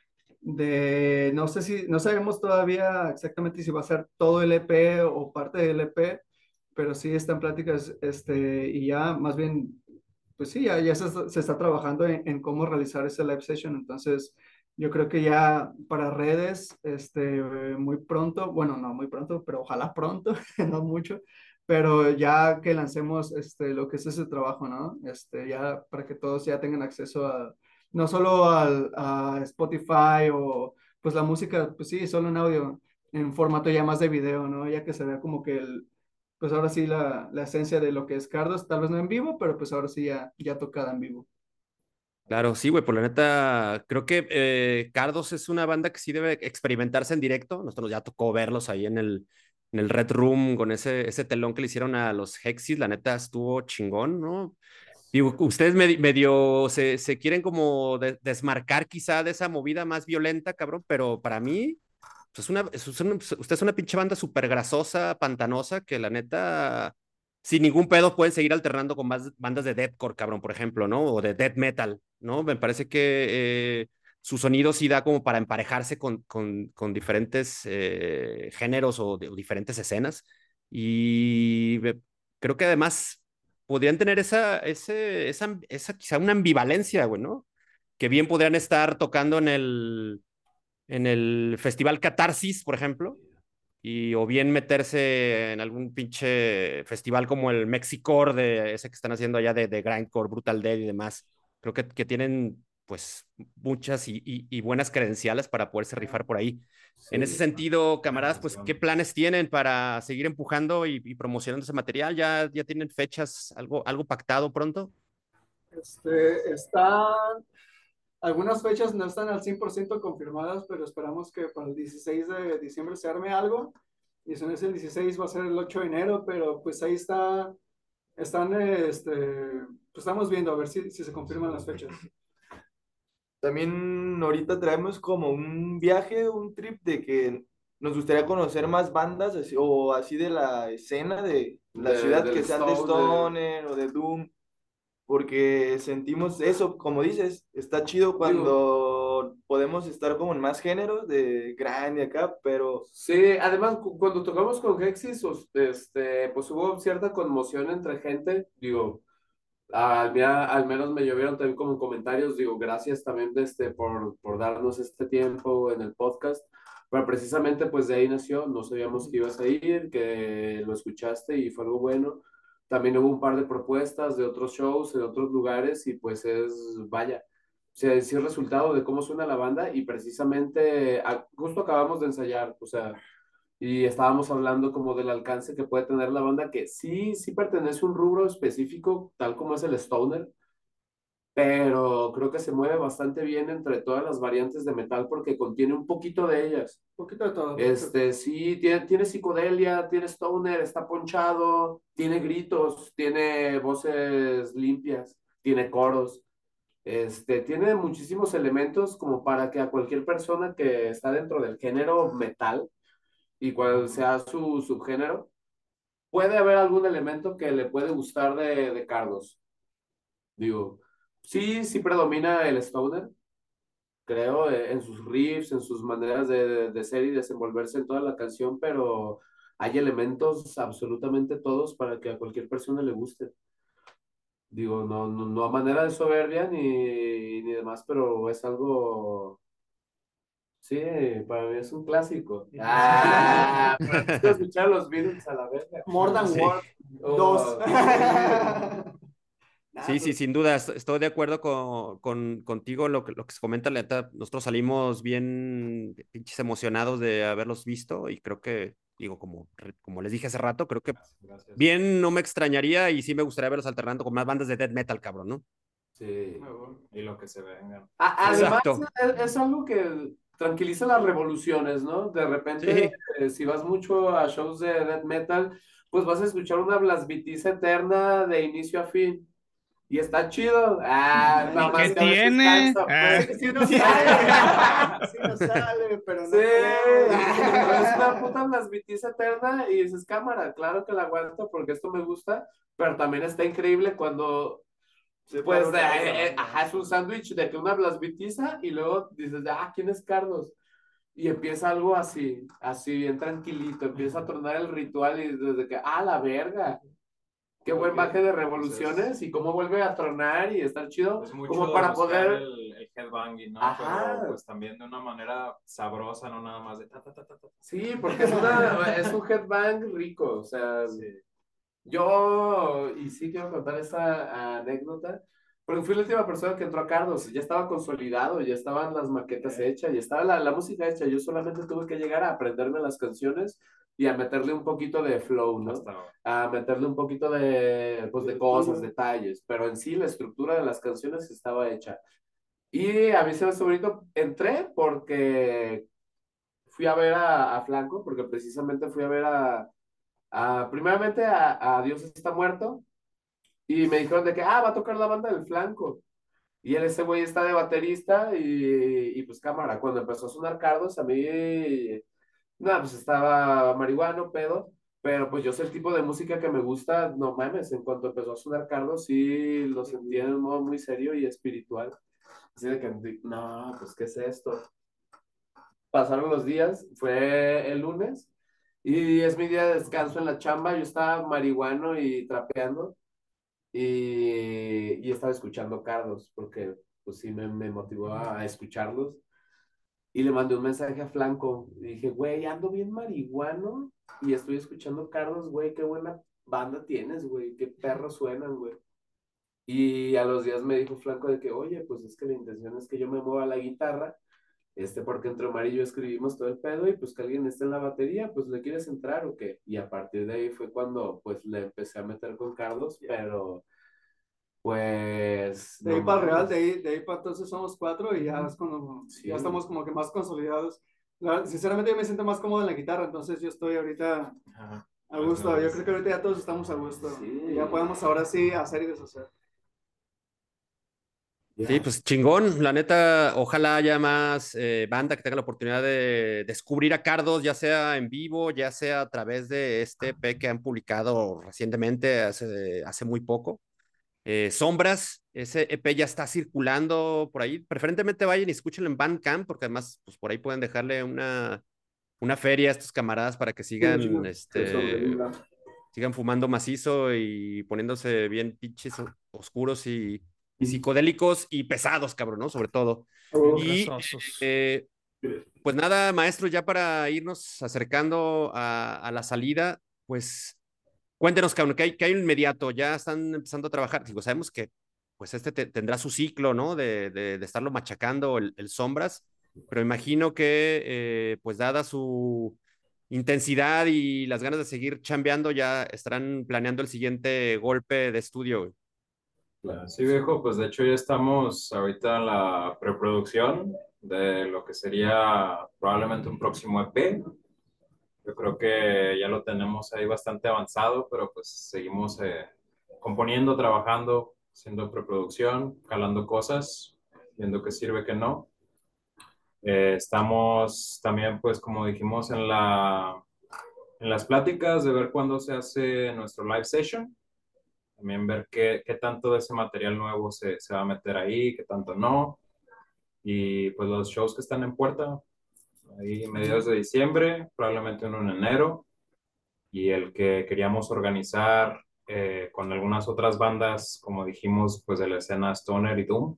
no sé si, no sabemos todavía exactamente si va a ser todo el EP o parte del EP, pero sí están pláticas, y ya más bien, pues sí, ya se está trabajando en cómo realizar ese live session, entonces yo creo que ya para redes, muy pronto, bueno, no muy pronto, pero ojalá pronto, no mucho, pero ya que lancemos, lo que es ese trabajo, ¿no? Ya para que todos ya tengan acceso a no solo a Spotify o pues la música, pues sí, solo en audio, en formato ya más de video, ¿no? Ya que se vea como que pues ahora sí la esencia de lo que es Cardos, tal vez no en vivo, pero pues ahora sí ya tocada en vivo. Claro, sí, güey, por la neta, creo que Cardos es una banda que sí debe experimentarse en directo. Nosotros ya tocó verlos ahí en el Red Room con ese telón que le hicieron a los Hexis. La neta estuvo chingón, ¿no? Digo, ustedes medio se quieren como desmarcar quizá de esa movida más violenta, cabrón, pero para mí, pues usted es una pinche banda súper grasosa, pantanosa, que la neta, sin ningún pedo pueden seguir alternando con más bandas de deathcore, cabrón, por ejemplo, ¿no? O de death metal, ¿no? Me parece que su sonido sí da como para emparejarse con diferentes géneros o diferentes escenas. Y creo que además podrían tener esa quizá una ambivalencia, güey, ¿no? Que bien podrían estar tocando en el Festival Catarsis, por ejemplo, y o bien meterse en algún pinche festival como el Mexicore, de ese que están haciendo allá de Grindcore, Brutal Dead y demás. Creo que tienen pues muchas y buenas credenciales para poderse rifar por ahí. En ese Sí. sentido, camaradas, pues, ¿qué planes tienen para seguir empujando y promocionando ese material? ¿Ya tienen fechas, algo pactado pronto? Están, algunas fechas no están al 100% confirmadas, pero esperamos que para el 16 de diciembre se arme algo. Y si no es el 16, va a ser el 8 de enero, pero pues ahí están, pues estamos viendo a ver si se confirman las fechas. También ahorita traemos como un viaje, un trip de que nos gustaría conocer más bandas o así de la escena de la ciudad Del que sean de Stoner. Stoner o de Doom, porque sentimos eso, como dices, está chido Digo, cuando podemos estar como en más géneros de grind y acá, pero sí, además cuando tocamos con Hexis, pues hubo cierta conmoción entre gente, digo, al menos me llovieron también como comentarios, digo, gracias también por darnos este tiempo en el podcast, pero precisamente pues de ahí nació, no sabíamos que ibas a ir, que lo escuchaste y fue algo bueno. También hubo un par de propuestas de otros shows en otros lugares y pues vaya, o sea, es el resultado de cómo suena la banda y precisamente justo acabamos de ensayar, o sea, y estábamos hablando como del alcance que puede tener la banda, que sí pertenece a un rubro específico, tal como es el stoner, pero creo que se mueve bastante bien entre todas las variantes de metal porque contiene un poquito de ellas. Un poquito de todo. Sí, tiene psicodelia, tiene stoner, está ponchado, tiene gritos, tiene voces limpias, tiene coros. Tiene muchísimos elementos como para que a cualquier persona que está dentro del género metal y cual sea su subgénero, puede haber algún elemento que le puede gustar de Carlos. Digo, sí predomina el stoner, creo, en sus riffs, en sus maneras de ser y desenvolverse en toda la canción, pero hay elementos absolutamente todos para que a cualquier persona le guste. Digo, no a manera de soberbia ni demás, pero es algo. Sí, para mí es un clásico. Pero necesito escuchar los Beatles a la verga. More Than Sí. Words 2. Sí, sí, sin duda, estoy de acuerdo contigo lo que se comenta, la neta, nosotros salimos bien pinches emocionados de haberlos visto y creo que, digo, como les dije hace rato, creo que Gracias. bien no me extrañaría y sí me gustaría verlos alternando con más bandas de death metal, cabrón, ¿no? Sí. Y lo que se venga. Además, Exacto. es algo que tranquiliza las revoluciones, ¿no? De repente, Sí. si vas mucho a shows de death metal, pues vas a escuchar una blasfitiza eterna de inicio a fin. Y está chido. Nada ¿Y qué más que a veces tiene? cansa, Ah. pues. Sí nos sale, sí nos sale, pero no Sí, queremos. es una puta blasfitiza eterna y dices, cámara, claro que la aguanto porque esto me gusta, pero también está increíble cuando Pues, otra cosa, ¿no? ajá, es un sándwich de que una blasbitiza y luego dices, ¿quién es Carlos? Y empieza algo así, así bien tranquilito, empieza a tronar el ritual y desde que, la verga, qué buen Ok. baje de revoluciones y cómo vuelve a tronar y estar chido, Es mucho como para buscar poder, el headbanging, ¿no? ajá, Pero pues también de una manera sabrosa, no nada más de ta, ta, ta, ta, ta. sí, porque es un headbang rico, o sea, Sí. y sí quiero contar esa anécdota, porque fui la última persona que entró a Cardos, ya estaba consolidado, ya estaban las maquetas hechas, ya estaba la música hecha, yo solamente tuve que llegar a aprenderme las canciones y a meterle un poquito de flow, ¿no? Hasta ahora. A meterle un poquito de cosas, detalles, pero en sí la estructura de las canciones estaba hecha. Y a mí se me hizo bonito, entré porque fui a ver a Flanco, porque precisamente fui a ver primeramente a Dios está muerto, y me dijeron de que, va a tocar la banda del Flanco. Y ese güey está de baterista y pues cámara, cuando empezó a sonar Cardos, a mí, nada, pues estaba marihuano, pedo, pero pues yo sé el tipo de música que me gusta, no mames, en cuanto empezó a sonar Cardos, sí lo sentí en un modo muy serio y espiritual. Así de que, no, pues, ¿qué es esto? Pasaron los días, fue el lunes, y es mi día de descanso en la chamba, yo estaba marihuano y trapeando, y estaba escuchando Carlos, porque pues sí me motivó a escucharlos. Y le mandé un mensaje a Flanco. Y dije, güey, ando bien marihuano y estoy escuchando Carlos, güey, qué buena banda tienes, güey, qué perros suenan, güey. Y a los días me dijo Flanco de que, oye, pues es que la intención es que yo me mueva la guitarra, porque entre Omar y yo escribimos todo el pedo y pues que alguien esté en la batería, pues ¿le quieres entrar o qué? Y a partir de ahí fue cuando pues le empecé a meter con Carlos, pero pues, De ahí no para el Real, mames. de ahí para entonces somos cuatro y ya es cuando Sí. ya estamos como que más consolidados. Sinceramente yo me siento más cómodo en la guitarra, entonces yo estoy ahorita Ajá. a gusto. Yo creo que ahorita ya todos estamos a gusto. Sí. Y ya podemos ahora sí hacer y deshacer. Sí, Ya. pues chingón, la neta, ojalá haya más banda que tenga la oportunidad de descubrir a Cardos, ya sea en vivo, ya sea a través de este EP que han publicado recientemente, hace muy poco. Sombras, ese EP ya está circulando por ahí. Preferentemente vayan y escúchenlo en Bandcamp, porque además, pues por ahí pueden dejarle una feria a estos camaradas para que Sí, sigan, chico. Que sobreviva. sigan fumando macizo y poniéndose bien pinches oscuros y psicodélicos y pesados, cabrón, ¿no? Sobre todo. Bien Y grasosos. pues nada, maestro, ya para irnos acercando a la salida, pues cuéntenos, cabrón, que hay un inmediato, ya están empezando a trabajar. Digo, sabemos que pues tendrá su ciclo, ¿no? De estarlo machacando el Sombras, pero imagino que pues dada su intensidad y las ganas de seguir chambeando, ya estarán planeando el siguiente golpe de estudio, güey. Sí, viejo, pues de hecho ya estamos ahorita en la preproducción de lo que sería probablemente un próximo EP. Yo creo que ya lo tenemos ahí bastante avanzado, pero pues seguimos componiendo, trabajando, haciendo preproducción, calando cosas, viendo qué sirve, qué no. Estamos también, pues como dijimos, en las pláticas de ver cuándo se hace nuestro live session. También ver qué tanto de ese material nuevo se va a meter ahí, qué tanto no. Y pues los shows que están en puerta, ahí mediados de diciembre, probablemente uno en enero. Y el que queríamos organizar con algunas otras bandas, como dijimos, pues de la escena Stoner y Doom,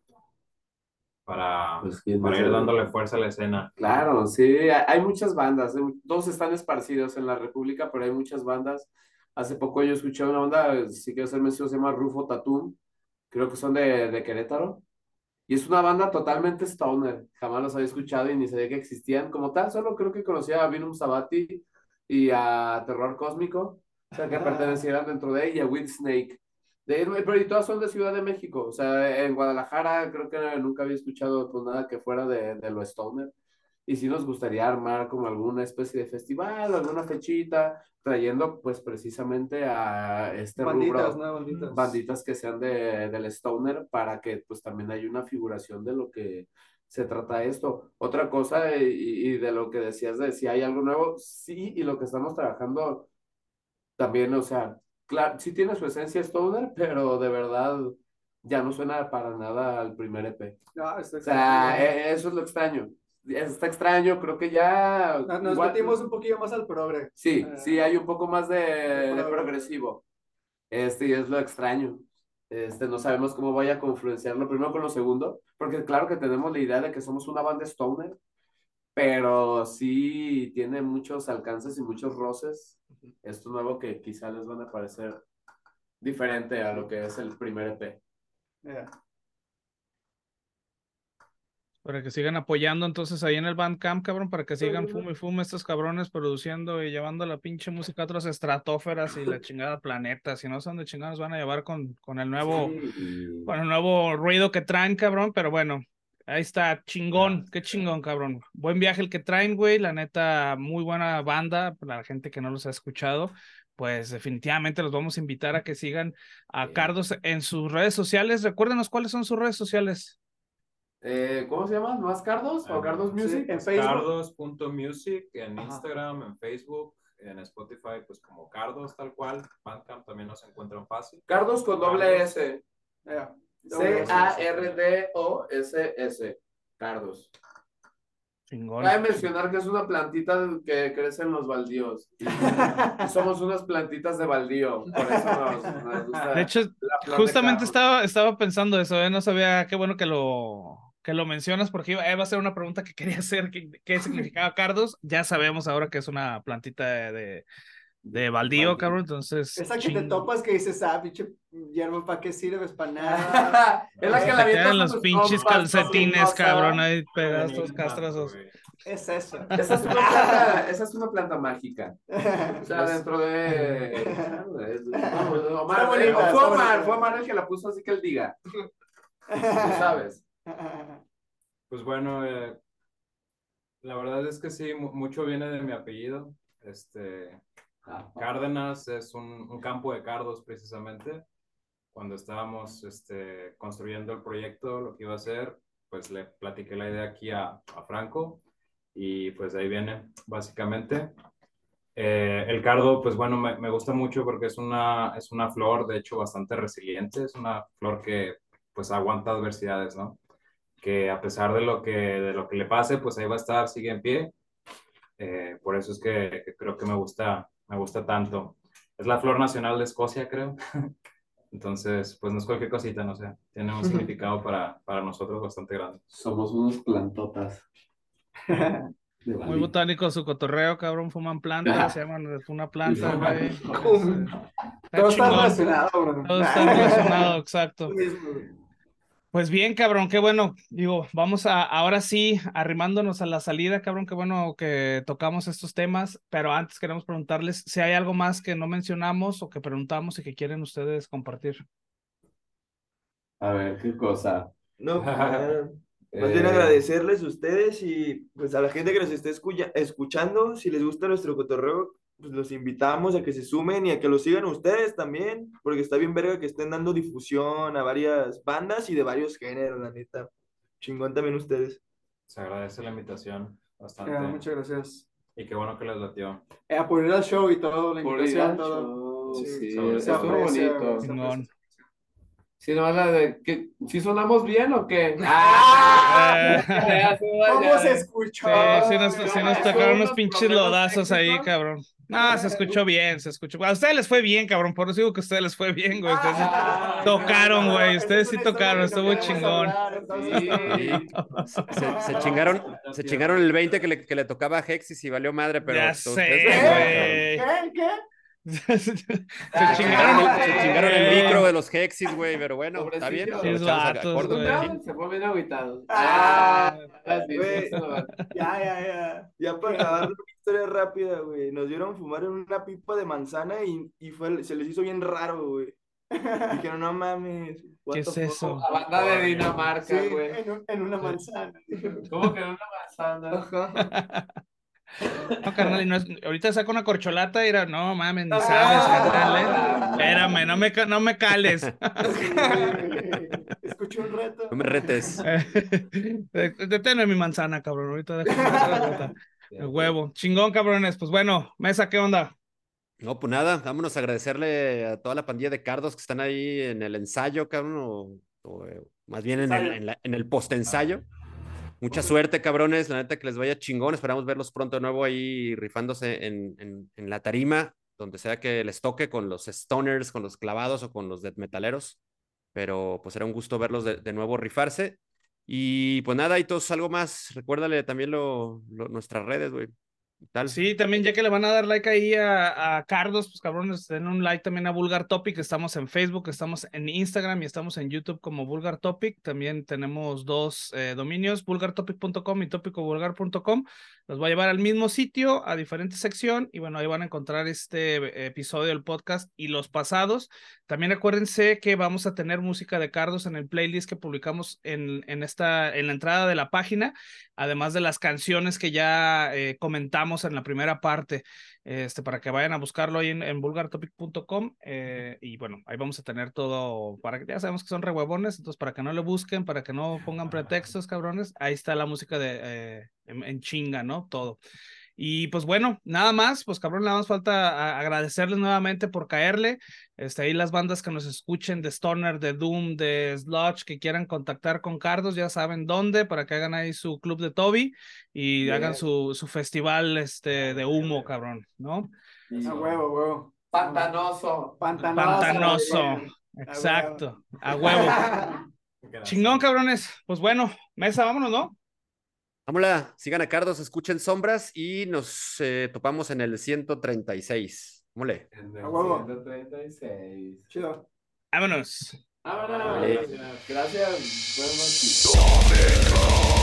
Pues, ¿quién para más? ir dándole fuerza a la escena. Claro, sí, hay muchas bandas, todos están esparcidos en la República, pero hay muchas bandas. Hace poco yo escuché una banda, si quiero ser mención, se llama Rufo Tatum, creo que son de Querétaro, y es una banda totalmente stoner, jamás los había escuchado y ni sabía que existían como tal, solo creo que conocía a Vinum Sabati y a Terror Cósmico, o sea, que pertenecieran dentro de ella, With Snake. Pero y todas son de Ciudad de México, o sea, en Guadalajara creo que nunca había escuchado pues, nada que fuera de lo stoner. Y sí nos gustaría armar como alguna especie de festival, alguna fechita, trayendo pues precisamente a este Banditas, rubro, ¿no? Banditas. banditas que sean del stoner, para que pues también haya una figuración de lo que se trata esto. Otra cosa, y de lo que decías de si hay algo nuevo, sí, y lo que estamos trabajando también, o sea, claro, sí tiene su esencia stoner, pero de verdad ya no suena para nada al primer EP. No, O sea, eso es lo extraño. Está extraño, creo que ya... Nos igual- metimos un poquillo más al progre. Sí, sí, hay un poco más de progre. progresivo. Y es lo extraño. No sabemos cómo vaya a confluenciar lo primero con lo segundo, porque claro que tenemos la idea de que somos una banda stoner, pero sí tiene muchos alcances y muchos roces. Esto nuevo que quizá les van a parecer diferente a lo que es el primer EP. Yeah. Para que sigan apoyando entonces ahí en el Bandcamp, cabrón, para que sigan fume y fume estos cabrones produciendo y llevando la pinche música a otras estratosferas y la chingada planeta. Si no sé dónde chingados van a llevar con el nuevo, Sí. con el nuevo ruido que traen, cabrón, pero bueno, ahí está, chingón, qué chingón, cabrón. Buen viaje el que traen, güey, la neta, muy buena banda, para la gente que no los ha escuchado. Pues definitivamente los vamos a invitar a que sigan a Cardos en sus redes sociales. Recuérdenos cuáles son sus redes sociales. ¿Cómo se llama? ¿Más Cardos o Cardos Music? Sí, en Facebook. Cardos.music, en Ajá. Instagram, en Facebook, en Spotify, pues como Cardos tal cual. Bandcamp también nos encuentran fácil. Cardos con doble S. Yeah. Cardoss. Cardos. Chingón. Cabe mencionar que es una plantita que crece en los baldíos. Y somos unas plantitas de baldío. Por eso nos gusta. De hecho, la flor de justamente Cardos. estaba pensando eso, no sabía, qué bueno que lo mencionas porque iba a ser una pregunta que quería hacer, ¿qué significaba Cardos? Ya sabemos ahora que es una plantita de baldío, cabrón, entonces... Esa que te topas que dices, pinche hierba, ¿para qué sirves? Para nada. Es la que Te la quedan avientas a los tus pinches compas, calcetines, cosas. cabrón, ahí pegados todos Enigma, castrosos. güey. Es eso. Esa es una planta mágica. O sea, dentro de... Omar, bonita, fue está Omar, bonita. fue Omar el que la puso, así que él diga. Tú sabes. Pues bueno, la verdad es que sí, mucho viene de mi apellido. Cárdenas es un campo de cardos precisamente. Cuando estábamos construyendo el proyecto, lo que iba a hacer, pues le platiqué la idea aquí a Franco y pues ahí viene básicamente. El cardo, pues bueno, me gusta mucho porque es una flor, de hecho, bastante resiliente. Es una flor que pues aguanta adversidades, ¿no? Que a pesar de lo que le pase, pues ahí va a estar, sigue en pie. Por eso es que creo que me gusta tanto. Es la flor nacional de Escocia, creo. Entonces, pues no es cualquier cosita, no sé. Tiene un significado para nosotros bastante grande. Somos unos plantotas. Muy botánico su cotorreo, cabrón, fuman plantas, se llaman una planta, güey. Todo está chingón. relacionado, bro. Todo está relacionado, exacto. Lo mismo. Pues bien, cabrón, qué bueno. Digo, vamos ahora sí, arrimándonos a la salida, cabrón, qué bueno que tocamos estos temas, pero antes queremos preguntarles si hay algo más que no mencionamos o que preguntamos y que quieren ustedes compartir. A ver, qué cosa. No, pues nada. Más bien agradecerles a ustedes y pues a la gente que nos esté escuchando, si les gusta nuestro cotorreo, pues los invitamos a que se sumen y a que lo sigan ustedes también, porque está bien verga que estén dando difusión a varias bandas y de varios géneros, la neta. Chingón también ustedes. Se agradece la invitación bastante. Muchas gracias. Y qué bueno que les latió. Por ir al show y todo, la Por ir invitación, al todo. show, Sí, sí, se estuvo aprecia, bonito. se Chingón. aprecia. Sí, no, la de que ¿sí sonamos bien o qué? ¿Cómo se escuchó? Sí nos tocaron unos pinches lodazos ahí, cabrón. No, se escuchó bien, se escuchó. A ustedes les fue bien, cabrón. Por eso digo que a ustedes les fue bien, güey. Ustedes sí tocaron, güey. Ustedes sí tocaron, estuvo chingón. Se chingaron el 20 que le tocaba a Hexis y valió madre, pero Ya ustedes sé, también, güey. ¿Qué? Se se chingaron el micro de los Hexis, güey, pero bueno, está bien. Pobrecillo. Aprovechamos vatos, acordes güey. del fin. Se fue bien agüitado. Güey. Ya. Ya para acabar una historia rápida, güey. Nos dieron fumar en una pipa de manzana y se les hizo bien raro, güey. Dijeron, no mames. what ¿Qué the es fuck? eso? La banda de Dinamarca, Sí, güey. en una manzana. ¿Cómo que en una manzana? No, carnal, y ahorita saco una corcholata y era, no mames, ni sabes, carnal, Espérame, no me cales. Escuché un reto. No me retes. Deténme mi manzana, cabrón. Ahorita dejo el huevo. Chingón, cabrones. Pues bueno, Mesa, ¿qué onda? No, pues nada, vámonos a agradecerle a toda la pandilla de cardos que están ahí en el ensayo, cabrón. más bien en el post-ensayo. Mucha suerte, cabrones. La neta que les vaya chingón. Esperamos verlos pronto de nuevo ahí rifándose en la tarima, donde sea que les toque, con los stoners, con los clavados o con los death metaleros. Pero pues era un gusto verlos de nuevo rifarse. Y pues nada, y todos algo más. Recuérdale también nuestras redes, güey. Tal. Sí, también ya que le van a dar like ahí a Cardos, pues cabrones, den un like también a Vulgar Topic. Estamos en Facebook, estamos en Instagram y estamos en YouTube como Vulgar Topic. También tenemos dos dominios, vulgartopic.com y topicovulgar.com. Los va a llevar al mismo sitio, a diferente sección, y bueno, ahí van a encontrar este episodio del podcast y los pasados. También acuérdense que vamos a tener música de Cardos en el playlist que publicamos en la entrada de la página, además de las canciones que ya comentamos en la primera parte, para que vayan a buscarlo ahí en vulgartopic.com, y bueno, ahí vamos a tener todo, para que ya sabemos que son rehuevones, entonces para que no le busquen, para que no pongan pretextos, cabrones, ahí está la música en chinga, ¿no? Todo. Y pues bueno, nada más, pues cabrón, nada más falta agradecerles nuevamente por caerle. Ahí las bandas que nos escuchen de Stoner, de Doom, de Sludge, que quieran contactar con Cardos, ya saben dónde, para que hagan ahí su club de Toby y hagan su festival de humo, cabrón, ¿no? A huevo. Pantanoso. Pantanoso. Exacto, a huevo. Chingón, cabrones. Pues bueno, mesa, vámonos, ¿no? Vámonos, sigan a Cardos, escuchen Sombras y nos topamos en el 136. Vámonos. En el A huevo. 136. Chido. Vámonos. Vámonos. Vale. Gracias. Buenas noches.